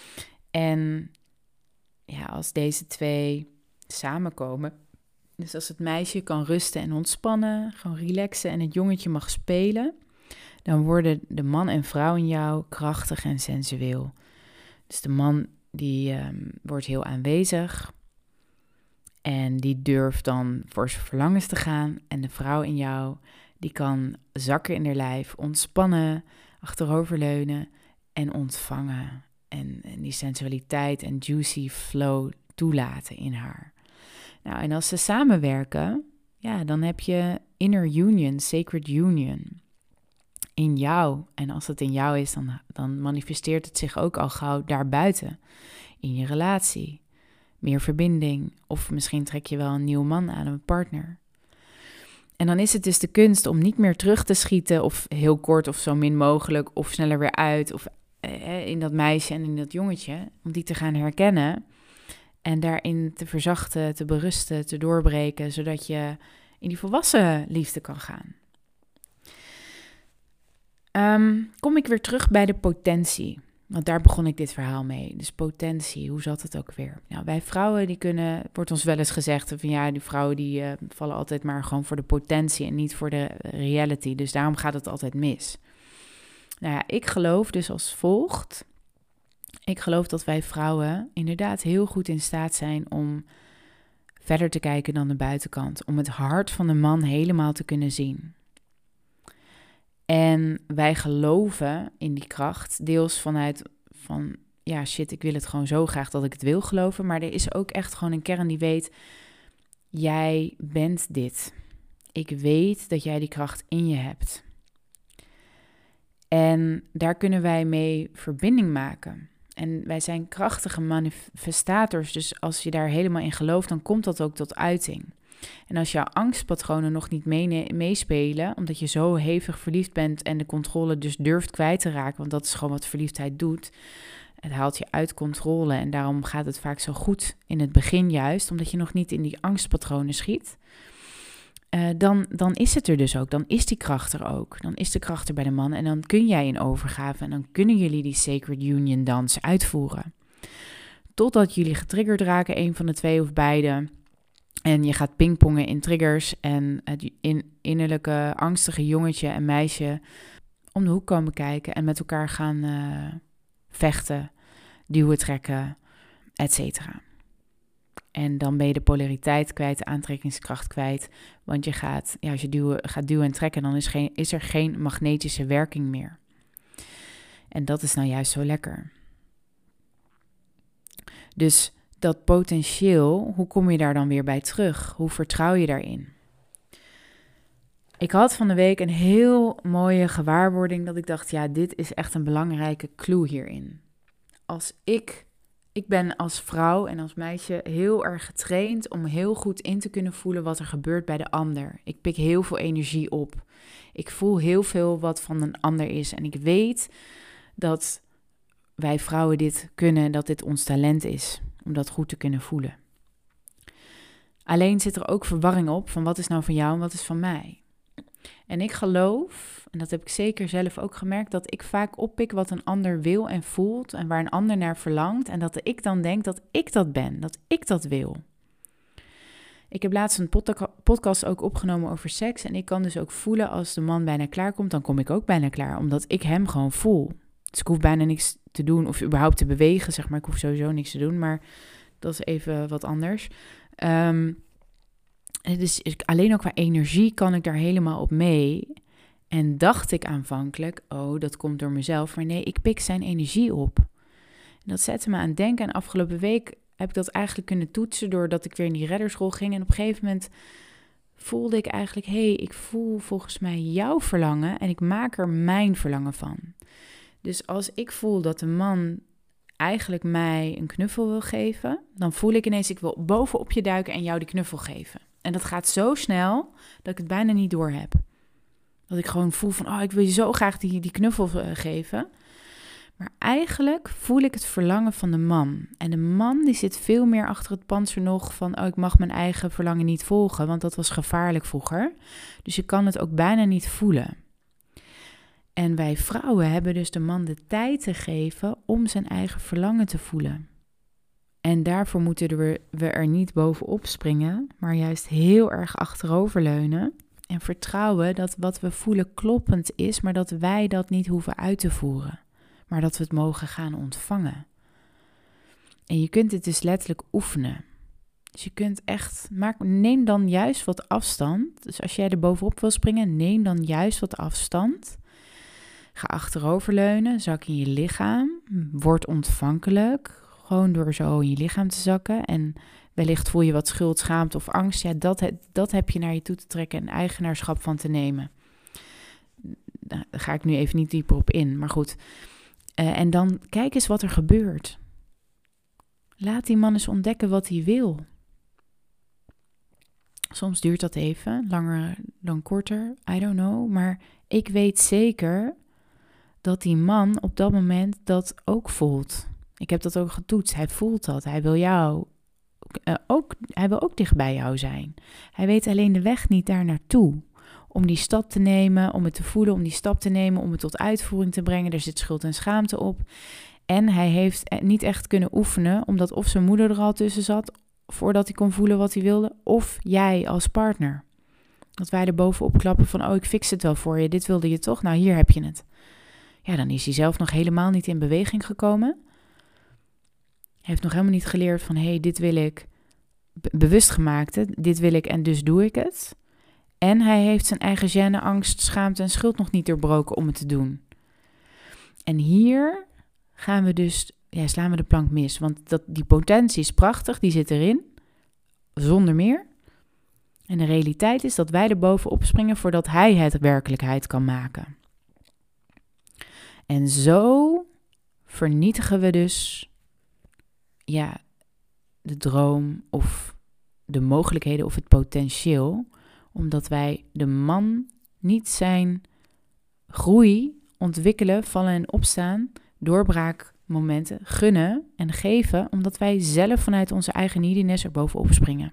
En ja, als deze twee samenkomen, dus als het meisje kan rusten en ontspannen, gewoon relaxen en het jongetje mag spelen, dan worden de man en vrouw in jou krachtig en sensueel. Dus de man die um, wordt heel aanwezig en die durft dan voor zijn verlangens te gaan. En de vrouw in jou, die kan zakken in haar lijf, ontspannen, achteroverleunen en ontvangen. En, en die sensualiteit en juicy flow toelaten in haar. Nou, en als ze samenwerken, ja, dan heb je inner union, sacred union in jou. En als het in jou is, dan, dan manifesteert het zich ook al gauw daarbuiten in je relatie. Meer verbinding, of misschien trek je wel een nieuwe man aan, een partner. En dan is het dus de kunst om niet meer terug te schieten, of heel kort of zo min mogelijk, of sneller weer uit, of eh, in dat meisje en in dat jongetje, om die te gaan herkennen en daarin te verzachten, te berusten, te doorbreken, zodat je in die volwassen liefde kan gaan. Um, kom ik weer terug bij de potentie. Want daar begon ik dit verhaal mee. Dus potentie, hoe zat het ook weer? Nou, wij vrouwen, die kunnen, wordt ons wel eens gezegd van ja, die vrouwen die uh, vallen altijd maar gewoon voor de potentie en niet voor de reality. Dus daarom gaat het altijd mis. Nou ja, ik geloof dus als volgt. Ik geloof dat wij vrouwen inderdaad heel goed in staat zijn om verder te kijken dan de buitenkant. Om het hart van de man helemaal te kunnen zien. En wij geloven in die kracht, deels vanuit van, ja shit, ik wil het gewoon zo graag dat ik het wil geloven. Maar er is ook echt gewoon een kern die weet, jij bent dit. Ik weet dat jij die kracht in je hebt. En daar kunnen wij mee verbinding maken. En wij zijn krachtige manifestators, dus als je daar helemaal in gelooft, dan komt dat ook tot uiting. En als jouw angstpatronen nog niet mee- meespelen, omdat je zo hevig verliefd bent en de controle dus durft kwijt te raken, want dat is gewoon wat verliefdheid doet. Het haalt je uit controle en daarom gaat het vaak zo goed in het begin juist, omdat je nog niet in die angstpatronen schiet. Uh, dan, dan is het er dus ook, dan is die kracht er ook. Dan is de kracht er bij de man en dan kun jij in overgave en dan kunnen jullie die Sacred Union dans uitvoeren. Totdat jullie getriggerd raken, een van de twee of beide. En je gaat pingpongen in triggers en het in, innerlijke angstige jongetje en meisje om de hoek komen kijken en met elkaar gaan uh, vechten, duwen, trekken, et cetera. En dan ben je de polariteit kwijt, de aantrekkingskracht kwijt, want je gaat, ja, als je duwen, gaat duwen en trekken, dan is, geen, is er geen magnetische werking meer. En dat is nou juist zo lekker. Dus dat potentieel, hoe kom je daar dan weer bij terug? Hoe vertrouw je daarin? Ik had van de week een heel mooie gewaarwording dat ik dacht, ja, dit is echt een belangrijke clue hierin. Als ik, ik ben als vrouw en als meisje heel erg getraind om heel goed in te kunnen voelen wat er gebeurt bij de ander. Ik pik heel veel energie op. Ik voel heel veel wat van een ander is. En ik weet dat wij vrouwen dit kunnen, dat dit ons talent is. Om dat goed te kunnen voelen. Alleen zit er ook verwarring op van wat is nou van jou en wat is van mij. En ik geloof, en dat heb ik zeker zelf ook gemerkt, dat ik vaak oppik wat een ander wil en voelt en waar een ander naar verlangt. En dat ik dan denk dat ik dat ben, dat ik dat wil. Ik heb laatst een podca- podcast ook opgenomen over seks. En ik kan dus ook voelen als de man bijna klaar komt, dan kom ik ook bijna klaar. Omdat ik hem gewoon voel. Dus ik hoef bijna niks te doen of überhaupt te bewegen, zeg maar. Ik hoef sowieso niks te doen, maar dat is even wat anders. Um, dus alleen ook qua energie kan ik daar helemaal op mee. En dacht ik aanvankelijk, oh, dat komt door mezelf. Maar nee, ik pik zijn energie op. En dat zette me aan het denken. En afgelopen week heb ik dat eigenlijk kunnen toetsen doordat ik weer in die redderschool ging. En op een gegeven moment voelde ik eigenlijk, hé, hey, ik voel volgens mij jouw verlangen en ik maak er mijn verlangen van. Dus als ik voel dat de man eigenlijk mij een knuffel wil geven, dan voel ik ineens, ik wil bovenop je duiken en jou die knuffel geven. En dat gaat zo snel dat ik het bijna niet door heb. Dat ik gewoon voel van, oh, ik wil je zo graag die, die knuffel uh, geven. Maar eigenlijk voel ik het verlangen van de man. En de man die zit veel meer achter het pantser nog van, oh, ik mag mijn eigen verlangen niet volgen, want dat was gevaarlijk vroeger. Dus je kan het ook bijna niet voelen. En wij vrouwen hebben dus de man de tijd te geven om zijn eigen verlangen te voelen. En daarvoor moeten we, we er niet bovenop springen, maar juist heel erg achteroverleunen. En vertrouwen dat wat we voelen kloppend is, maar dat wij dat niet hoeven uit te voeren. Maar dat we het mogen gaan ontvangen. En je kunt het dus letterlijk oefenen. Dus je kunt echt, maak, neem dan juist wat afstand. Dus als jij er bovenop wil springen, neem dan juist wat afstand. Ga achteroverleunen, zak in je lichaam. Word ontvankelijk, gewoon door zo in je lichaam te zakken. En wellicht voel je wat schuld, schaamte of angst. Ja, dat, dat heb je naar je toe te trekken en eigenaarschap van te nemen. Daar ga ik nu even niet dieper op in, maar goed. Uh, en dan kijk eens wat er gebeurt. Laat die man eens ontdekken wat hij wil. Soms duurt dat even, langer dan korter, I don't know. Maar ik weet zeker dat die man op dat moment dat ook voelt. Ik heb dat ook getoetst. Hij voelt dat. Hij wil jou uh, ook, hij wil ook dicht bij jou zijn. Hij weet alleen de weg niet daar naartoe. Om die stap te nemen, om het te voelen, om die stap te nemen, om het tot uitvoering te brengen. Er zit schuld en schaamte op. En hij heeft niet echt kunnen oefenen, omdat of zijn moeder er al tussen zat, voordat hij kon voelen wat hij wilde, of jij als partner. Dat wij er bovenop klappen van, oh, ik fix het wel voor je, dit wilde je toch, nou hier heb je het. Ja, dan is hij zelf nog helemaal niet in beweging gekomen. Hij heeft nog helemaal niet geleerd van, hé, hey, dit wil ik, be- bewust gemaakt, hè? Dit wil ik en dus doe ik het. En hij heeft zijn eigen gêne, angst, schaamte en schuld nog niet doorbroken om het te doen. En hier gaan we dus, ja, slaan we de plank mis. Want dat, die potentie is prachtig, die zit erin, zonder meer. En de realiteit is dat wij er bovenop springen voordat hij het werkelijkheid kan maken. En zo vernietigen we dus, ja, de droom of de mogelijkheden of het potentieel, omdat wij de man niet zijn groei, ontwikkelen, vallen en opstaan, doorbraakmomenten gunnen en geven, omdat wij zelf vanuit onze eigen neediness er bovenop springen.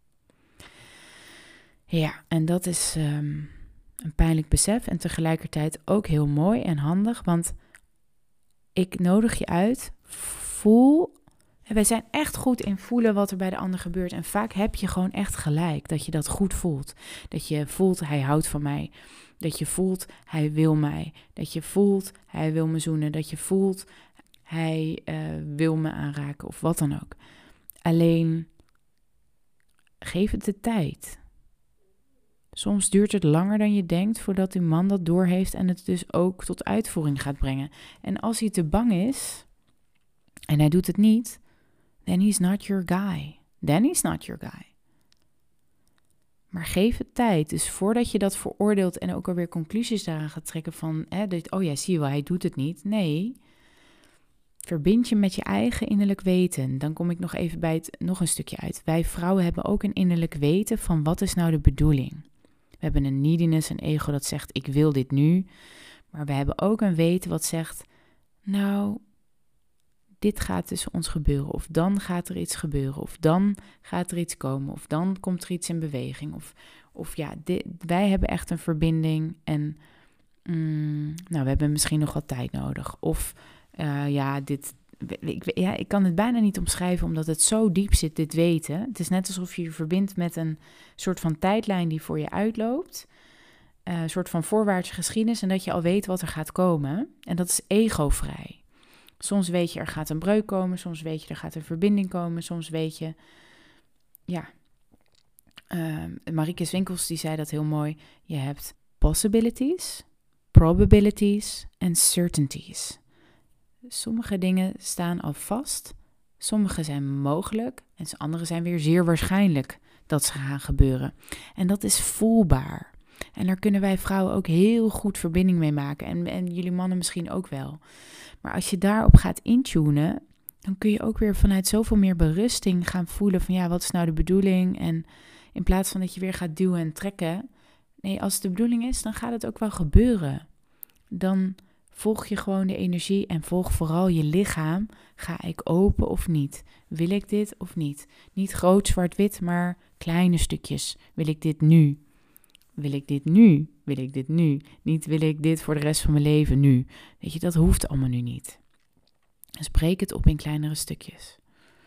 Ja, en dat is um, een pijnlijk besef en tegelijkertijd ook heel mooi en handig, want ik nodig je uit, voel. Wij zijn echt goed in voelen wat er bij de ander gebeurt. En vaak heb je gewoon echt gelijk dat je dat goed voelt. Dat je voelt, hij houdt van mij. Dat je voelt, hij wil mij. Dat je voelt, hij wil me zoenen. Dat je voelt, hij uh, wil me aanraken of wat dan ook. Alleen, geef het de tijd. Soms duurt het langer dan je denkt voordat die man dat doorheeft en het dus ook tot uitvoering gaat brengen. En als hij te bang is en hij doet het niet, then he's not your guy. Then he's not your guy. Maar geef het tijd. Dus voordat je dat veroordeelt en ook alweer conclusies daaraan gaat trekken van, hè, dat, oh ja, zie je wel, hij doet het niet. Nee, verbind je met je eigen innerlijk weten. Dan kom ik nog even bij het nog een stukje uit. Wij vrouwen hebben ook een innerlijk weten van wat is nou de bedoeling. We hebben een neediness, een ego dat zegt, ik wil dit nu. Maar we hebben ook een weten wat zegt, nou, dit gaat tussen ons gebeuren. Of dan gaat er iets gebeuren. Of dan gaat er iets komen. Of dan komt er iets in beweging. Of, of ja, dit, wij hebben echt een verbinding. En mm, nou, we hebben misschien nog wat tijd nodig. Of uh, ja, dit... Ik, ja, ik kan het bijna niet omschrijven, omdat het zo diep zit, dit weten. Het is net alsof je je verbindt met een soort van tijdlijn die voor je uitloopt. uh, soort van voorwaartse geschiedenis en dat je al weet wat er gaat komen. En dat is egovrij. Soms weet je er gaat een breuk komen, soms weet je er gaat een verbinding komen, soms weet je, ja, uh, Marieke Swinkels die zei dat heel mooi, je hebt possibilities, probabilities en certainties. Sommige dingen staan al vast, sommige zijn mogelijk en andere zijn weer zeer waarschijnlijk dat ze gaan gebeuren. En dat is voelbaar. En daar kunnen wij vrouwen ook heel goed verbinding mee maken. En, en jullie mannen misschien ook wel. Maar als je daarop gaat intunen, dan kun je ook weer vanuit zoveel meer berusting gaan voelen van ja, wat is nou de bedoeling? En in plaats van dat je weer gaat duwen en trekken. Nee, als het de bedoeling is, dan gaat het ook wel gebeuren. Dan volg je gewoon de energie en volg vooral je lichaam. Ga ik open of niet? Wil ik dit of niet? Niet groot zwart-wit, maar kleine stukjes. Wil ik dit nu? Wil ik dit nu? Wil ik dit nu? Niet wil ik dit voor de rest van mijn leven nu. Weet je, dat hoeft allemaal nu niet. Dus breek het op in kleinere stukjes.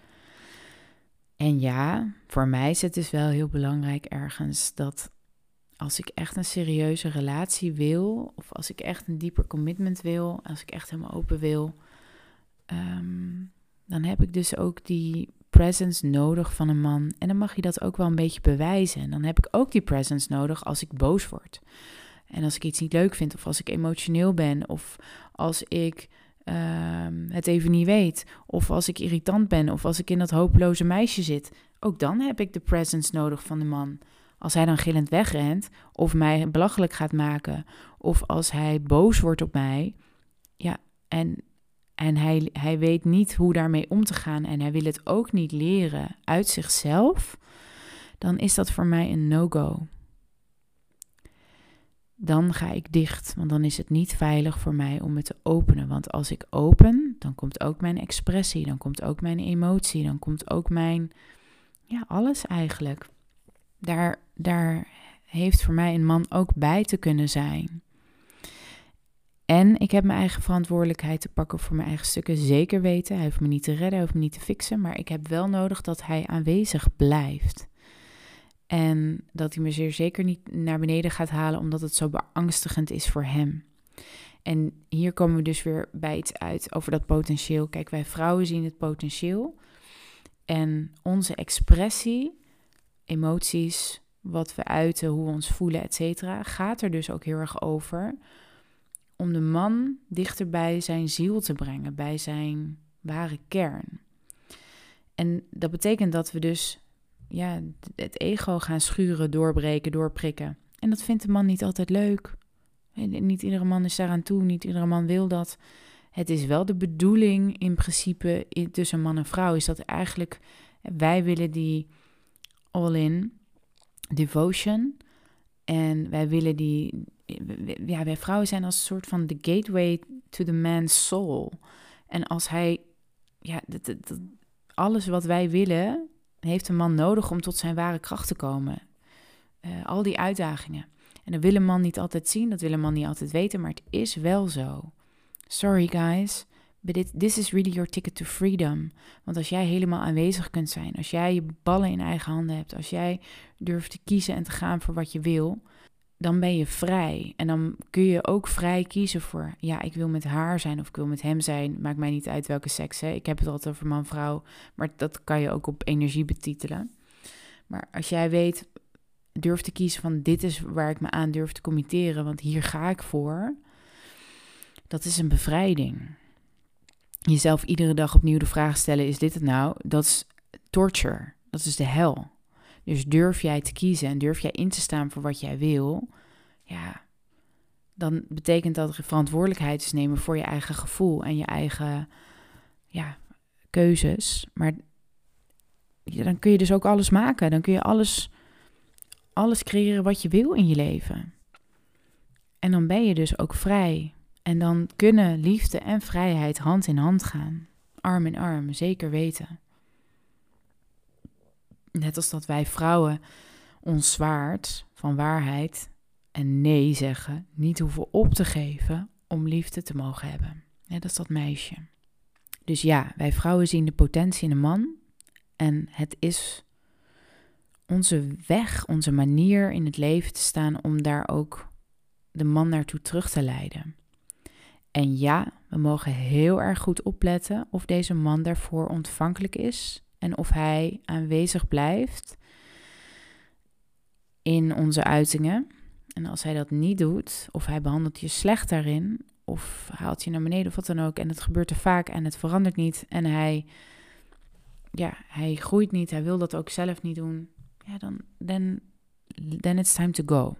En ja, voor mij is het dus wel heel belangrijk ergens dat als ik echt een serieuze relatie wil, of als ik echt een dieper commitment wil, als ik echt helemaal open wil, um, dan heb ik dus ook die presence nodig van een man. En dan mag je dat ook wel een beetje bewijzen. En dan heb ik ook die presence nodig als ik boos word. En als ik iets niet leuk vind, of als ik emotioneel ben, of als ik um, het even niet weet, of als ik irritant ben, of als ik in dat hopeloze meisje zit. Ook dan heb ik de presence nodig van de man. Als hij dan gillend wegrent, of mij belachelijk gaat maken, of als hij boos wordt op mij, ja, en, en hij, hij weet niet hoe daarmee om te gaan en hij wil het ook niet leren uit zichzelf, dan is dat voor mij een no-go. Dan ga ik dicht, want dan is het niet veilig voor mij om het te openen. Want als ik open, dan komt ook mijn expressie, dan komt ook mijn emotie, dan komt ook mijn, ja, alles eigenlijk. Daar, daar heeft voor mij een man ook bij te kunnen zijn. En ik heb mijn eigen verantwoordelijkheid te pakken voor mijn eigen stukken. Zeker weten, hij hoeft me niet te redden, hij hoeft me niet te fixen. Maar ik heb wel nodig dat hij aanwezig blijft. En dat hij me zeer zeker niet naar beneden gaat halen, omdat het zo beangstigend is voor hem. En hier komen we dus weer bij iets uit over dat potentieel. Kijk, wij vrouwen zien het potentieel. En onze expressie, emoties, wat we uiten, hoe we ons voelen, et cetera, gaat er dus ook heel erg over om de man dichter bij zijn ziel te brengen, bij zijn ware kern. En dat betekent dat we dus ja, het ego gaan schuren, doorbreken, doorprikken. En dat vindt de man niet altijd leuk. En niet iedere man is daaraan toe, niet iedere man wil dat. Het is wel de bedoeling in principe tussen man en vrouw, is dat eigenlijk wij willen die all-in devotion. En wij willen die, ja, wij vrouwen zijn als een soort van the gateway to the man's soul. En als hij, ja, dat, dat, dat, alles wat wij willen, heeft een man nodig om tot zijn ware kracht te komen. Uh, al die uitdagingen. En dat wil een man niet altijd zien, dat wil een man niet altijd weten, maar het is wel zo. Sorry guys, but it, this is really your ticket to freedom. Want als jij helemaal aanwezig kunt zijn, als jij je ballen in eigen handen hebt, als jij durft te kiezen en te gaan voor wat je wil, dan ben je vrij. En dan kun je ook vrij kiezen voor, ja, ik wil met haar zijn of ik wil met hem zijn. Maakt mij niet uit welke seks, hè. Ik heb het altijd over man-vrouw, maar dat kan je ook op energie betitelen. Maar als jij weet, durf te kiezen van dit is waar ik me aan durf te committeren, want hier ga ik voor. Dat is een bevrijding. Jezelf iedere dag opnieuw de vraag stellen, is dit het nou? Dat is torture. Dat is de hel. Dus durf jij te kiezen en durf jij in te staan voor wat jij wil, ja, dan betekent dat verantwoordelijkheid is nemen voor je eigen gevoel en je eigen, ja, keuzes. Maar ja, dan kun je dus ook alles maken. Dan kun je alles, alles creëren wat je wil in je leven. En dan ben je dus ook vrij. En dan kunnen liefde en vrijheid hand in hand gaan. Arm in arm, zeker weten. Net als dat wij vrouwen ons zwaard van waarheid en nee zeggen niet hoeven op te geven om liefde te mogen hebben. Net als dat meisje. Dus ja, wij vrouwen zien de potentie in een man. En het is onze weg, onze manier in het leven te staan om daar ook de man naartoe terug te leiden. En ja, we mogen heel erg goed opletten of deze man daarvoor ontvankelijk is en of hij aanwezig blijft in onze uitingen. En als hij dat niet doet, of hij behandelt je slecht daarin, of haalt je naar beneden of wat dan ook, en het gebeurt te vaak en het verandert niet, en hij, ja, hij groeit niet, hij wil dat ook zelf niet doen, ja, dan then, then it's time to go.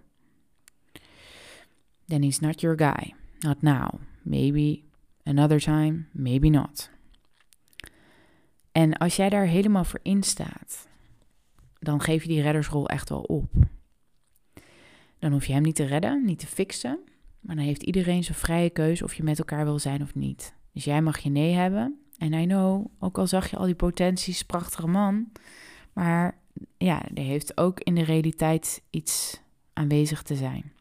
Then he's not your guy. Not now. Maybe another time, maybe not. En als jij daar helemaal voor instaat, dan geef je die reddersrol echt wel op. Dan hoef je hem niet te redden, niet te fixen, maar dan heeft iedereen zijn vrije keuze of je met elkaar wil zijn of niet. Dus jij mag je nee hebben. En I know, ook al zag je al die potenties, prachtige man, maar ja, er heeft ook in de realiteit iets aanwezig te zijn.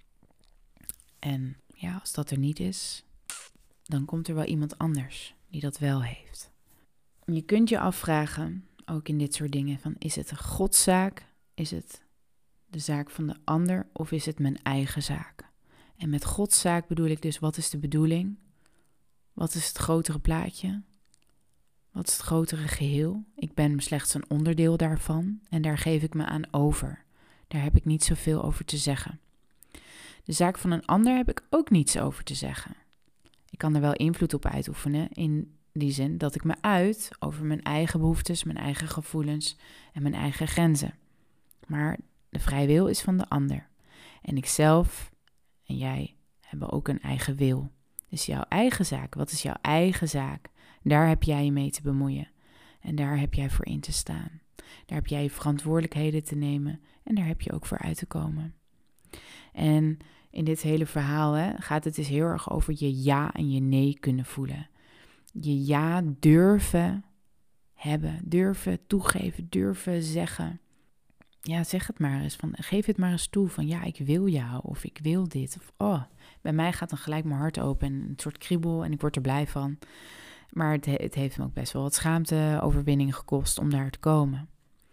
En ja, als dat er niet is, dan komt er wel iemand anders die dat wel heeft. Je kunt je afvragen, ook in dit soort dingen, van is het een godszaak? Is het de zaak van de ander of is het mijn eigen zaak? En met godszaak bedoel ik dus, wat is de bedoeling? Wat is het grotere plaatje? Wat is het grotere geheel? Ik ben slechts een onderdeel daarvan en daar geef ik me aan over. Daar heb ik niet zoveel over te zeggen. De zaak van een ander heb ik ook niets over te zeggen. Ik kan er wel invloed op uitoefenen in die zin dat ik me uit over mijn eigen behoeftes, mijn eigen gevoelens en mijn eigen grenzen. Maar de vrije wil is van de ander. En ikzelf en jij hebben ook een eigen wil. Dus jouw eigen zaak, wat is jouw eigen zaak? Daar heb jij je mee te bemoeien. En daar heb jij voor in te staan. Daar heb jij je verantwoordelijkheden te nemen en daar heb je ook voor uit te komen. En in dit hele verhaal hè, gaat het dus heel erg over je ja en je nee kunnen voelen. Je ja durven hebben, durven toegeven, durven zeggen. Ja, zeg het maar eens. Van, geef het maar eens toe van ja, ik wil jou of ik wil dit. Of oh, bij mij gaat dan gelijk mijn hart open en een soort kriebel en ik word er blij van. Maar het, het heeft me ook best wel wat schaamteoverwinning gekost om daar te komen.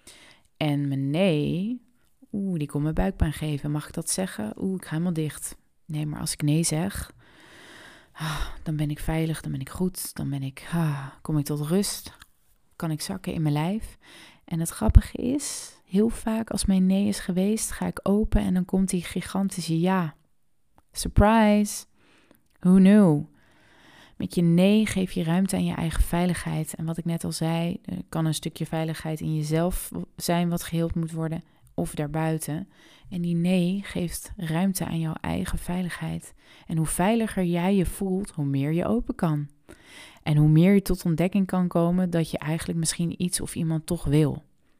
En mijn nee, oeh, die kon me buikpijn geven. Mag ik dat zeggen? Oeh, ik ga helemaal dicht. Nee, maar als ik nee zeg, ah, dan ben ik veilig, dan ben ik goed, dan ben ik, ah, kom ik tot rust, kan ik zakken in mijn lijf. En het grappige is, heel vaak als mijn nee is geweest, ga ik open en dan komt die gigantische ja. Surprise! Who knew? Met je nee geef je ruimte aan je eigen veiligheid. En wat ik net al zei, er kan een stukje veiligheid in jezelf zijn wat geheeld moet worden, of daarbuiten. En die nee geeft ruimte aan jouw eigen veiligheid. En hoe veiliger jij je voelt, hoe meer je open kan. En hoe meer je tot ontdekking kan komen dat je eigenlijk misschien iets of iemand toch wil.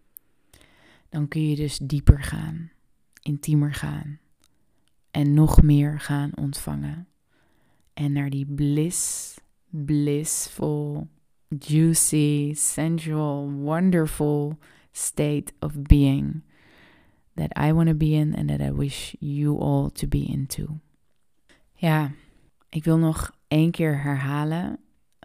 Dan kun je dus dieper gaan, intiemer gaan en nog meer gaan ontvangen. En naar die bliss, blissful, juicy, sensual, wonderful state of being that I want to be in and that I wish you all to be into. Ja, ik wil nog één keer herhalen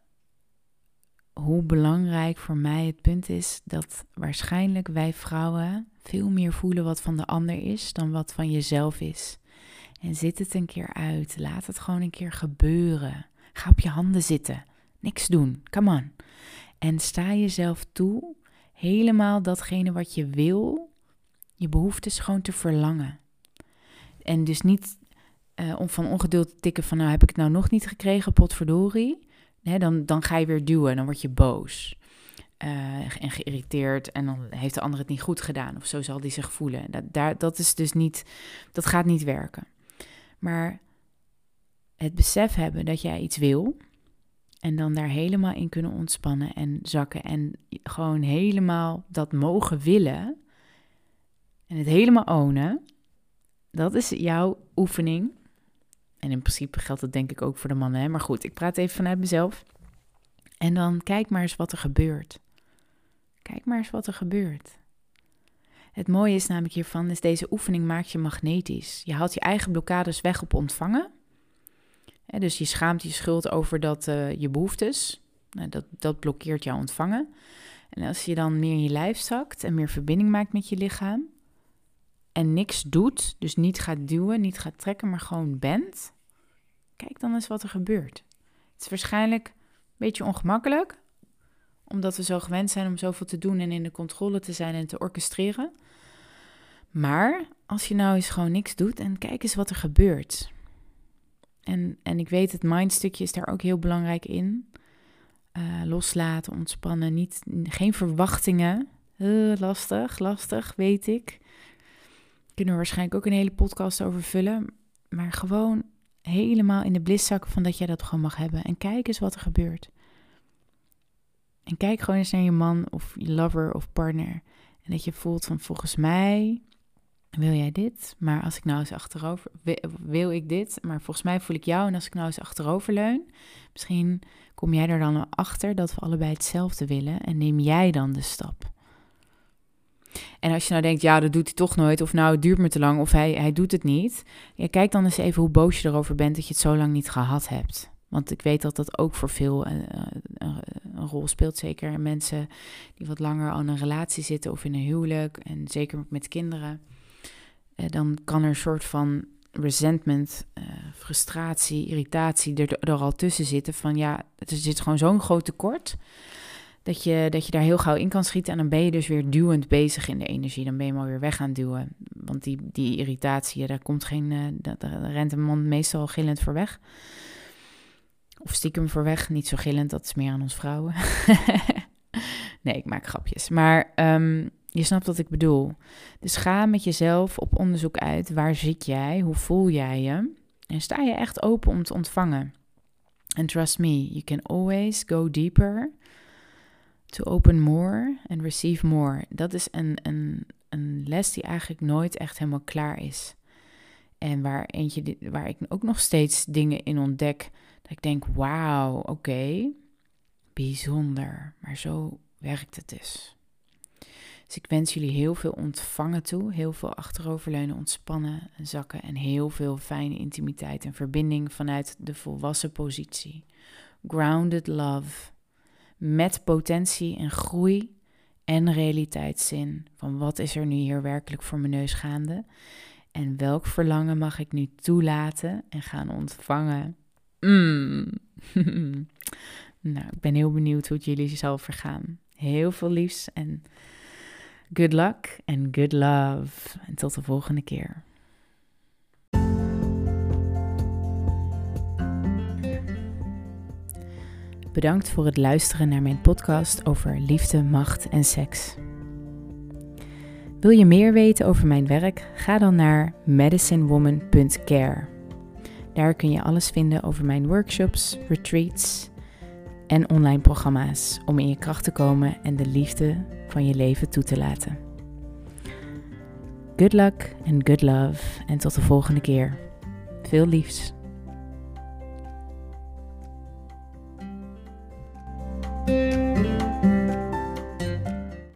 hoe belangrijk voor mij het punt is dat waarschijnlijk wij vrouwen veel meer voelen wat van de ander is dan wat van jezelf is. En zit het een keer uit, laat het gewoon een keer gebeuren. Ga op je handen zitten, niks doen, come on. En sta jezelf toe, helemaal datgene wat je wil, je behoeftes gewoon te verlangen. En dus niet uh, om van ongeduld te tikken van nou heb ik het nou nog niet gekregen, potverdorie. Nee, dan, dan ga je weer duwen, dan word je boos uh, en geïrriteerd en dan heeft de ander het niet goed gedaan of zo zal die zich voelen. Dat, daar, dat is dus niet, dat gaat niet werken. Maar het besef hebben dat jij iets wil en dan daar helemaal in kunnen ontspannen en zakken en gewoon helemaal dat mogen willen en het helemaal ownen, dat is jouw oefening. En in principe geldt dat denk ik ook voor de mannen, hè? Maar goed, ik praat even vanuit mezelf. En dan kijk maar eens wat er gebeurt. Kijk maar eens wat er gebeurt. Het mooie is namelijk hiervan, is deze oefening maakt je magnetisch. Je haalt je eigen blokkades weg op ontvangen. Hè, dus je schaamt je schuld over dat, uh, je behoeftes. Nou, dat, dat blokkeert jouw ontvangen. En als je dan meer in je lijf zakt en meer verbinding maakt met je lichaam, en niks doet, dus niet gaat duwen, niet gaat trekken, maar gewoon bent, kijk dan eens wat er gebeurt. Het is waarschijnlijk een beetje ongemakkelijk, omdat we zo gewend zijn om zoveel te doen en in de controle te zijn en te orchestreren. Maar als je nou eens gewoon niks doet en kijk eens wat er gebeurt. En, en ik weet, het mindstukje is daar ook heel belangrijk in. Uh, loslaten, ontspannen, niet, geen verwachtingen. Uh, lastig, lastig, weet ik. Kunnen we waarschijnlijk ook een hele podcast over vullen. Maar gewoon helemaal in de bliss zakken van dat jij dat gewoon mag hebben. En kijk eens wat er gebeurt. En kijk gewoon eens naar je man of je lover of partner. En dat je voelt van volgens mij wil jij dit. Maar als ik nou eens achterover... Wil ik dit, maar volgens mij voel ik jou. En als ik nou eens achterover leun, misschien kom jij er dan achter dat we allebei hetzelfde willen. En neem jij dan de stap. En als je nou denkt, ja, dat doet hij toch nooit. Of nou, het duurt me te lang. Of hij, hij doet het niet. Ja, kijk dan eens even hoe boos je erover bent dat je het zo lang niet gehad hebt. Want ik weet dat dat ook voor veel uh, uh, een rol speelt. Zeker mensen die wat langer aan een relatie zitten of in een huwelijk. En zeker met kinderen. Uh, dan kan er een soort van resentment, uh, frustratie, irritatie er, er al tussen zitten. Van ja, er zit gewoon zo'n groot tekort. Dat je, dat je daar heel gauw in kan schieten. En dan ben je dus weer duwend bezig in de energie. Dan ben je hem alweer weg aan het duwen. Want die, die irritatie, daar komt geen... Uh, daar, daar rent een man meestal gillend voor weg. Of stiekem voor weg. Niet zo gillend, dat is meer aan ons vrouwen. Nee, ik maak grapjes. Maar um, je snapt wat ik bedoel. Dus ga met jezelf op onderzoek uit. Waar zit jij? Hoe voel jij je? En sta je echt open om te ontvangen. And trust me, you can always go deeper... To open more and receive more. Dat is een, een, een les die eigenlijk nooit echt helemaal klaar is. En waar, eentje, waar ik ook nog steeds dingen in ontdek. Dat ik denk, wauw, oké. Okay, bijzonder. Maar zo werkt het dus. Dus ik wens jullie heel veel ontvangen toe. Heel veel achteroverleunen, ontspannen, zakken. En heel veel fijne intimiteit en verbinding vanuit de volwassen positie. Grounded love. Met potentie en groei en realiteitszin. Van wat is er nu hier werkelijk voor mijn neus gaande? En welk verlangen mag ik nu toelaten en gaan ontvangen? Mm. Nou, ik ben heel benieuwd hoe het jullie zal vergaan. Heel veel liefs en good luck en good love. En tot de volgende keer. Bedankt voor het luisteren naar mijn podcast over liefde, macht en seks. Wil je meer weten over mijn werk? Ga dan naar medicine woman punt care. Daar kun je alles vinden over mijn workshops, retreats en online programma's om in je kracht te komen en de liefde van je leven toe te laten. Good luck and good love en tot de volgende keer. Veel liefs.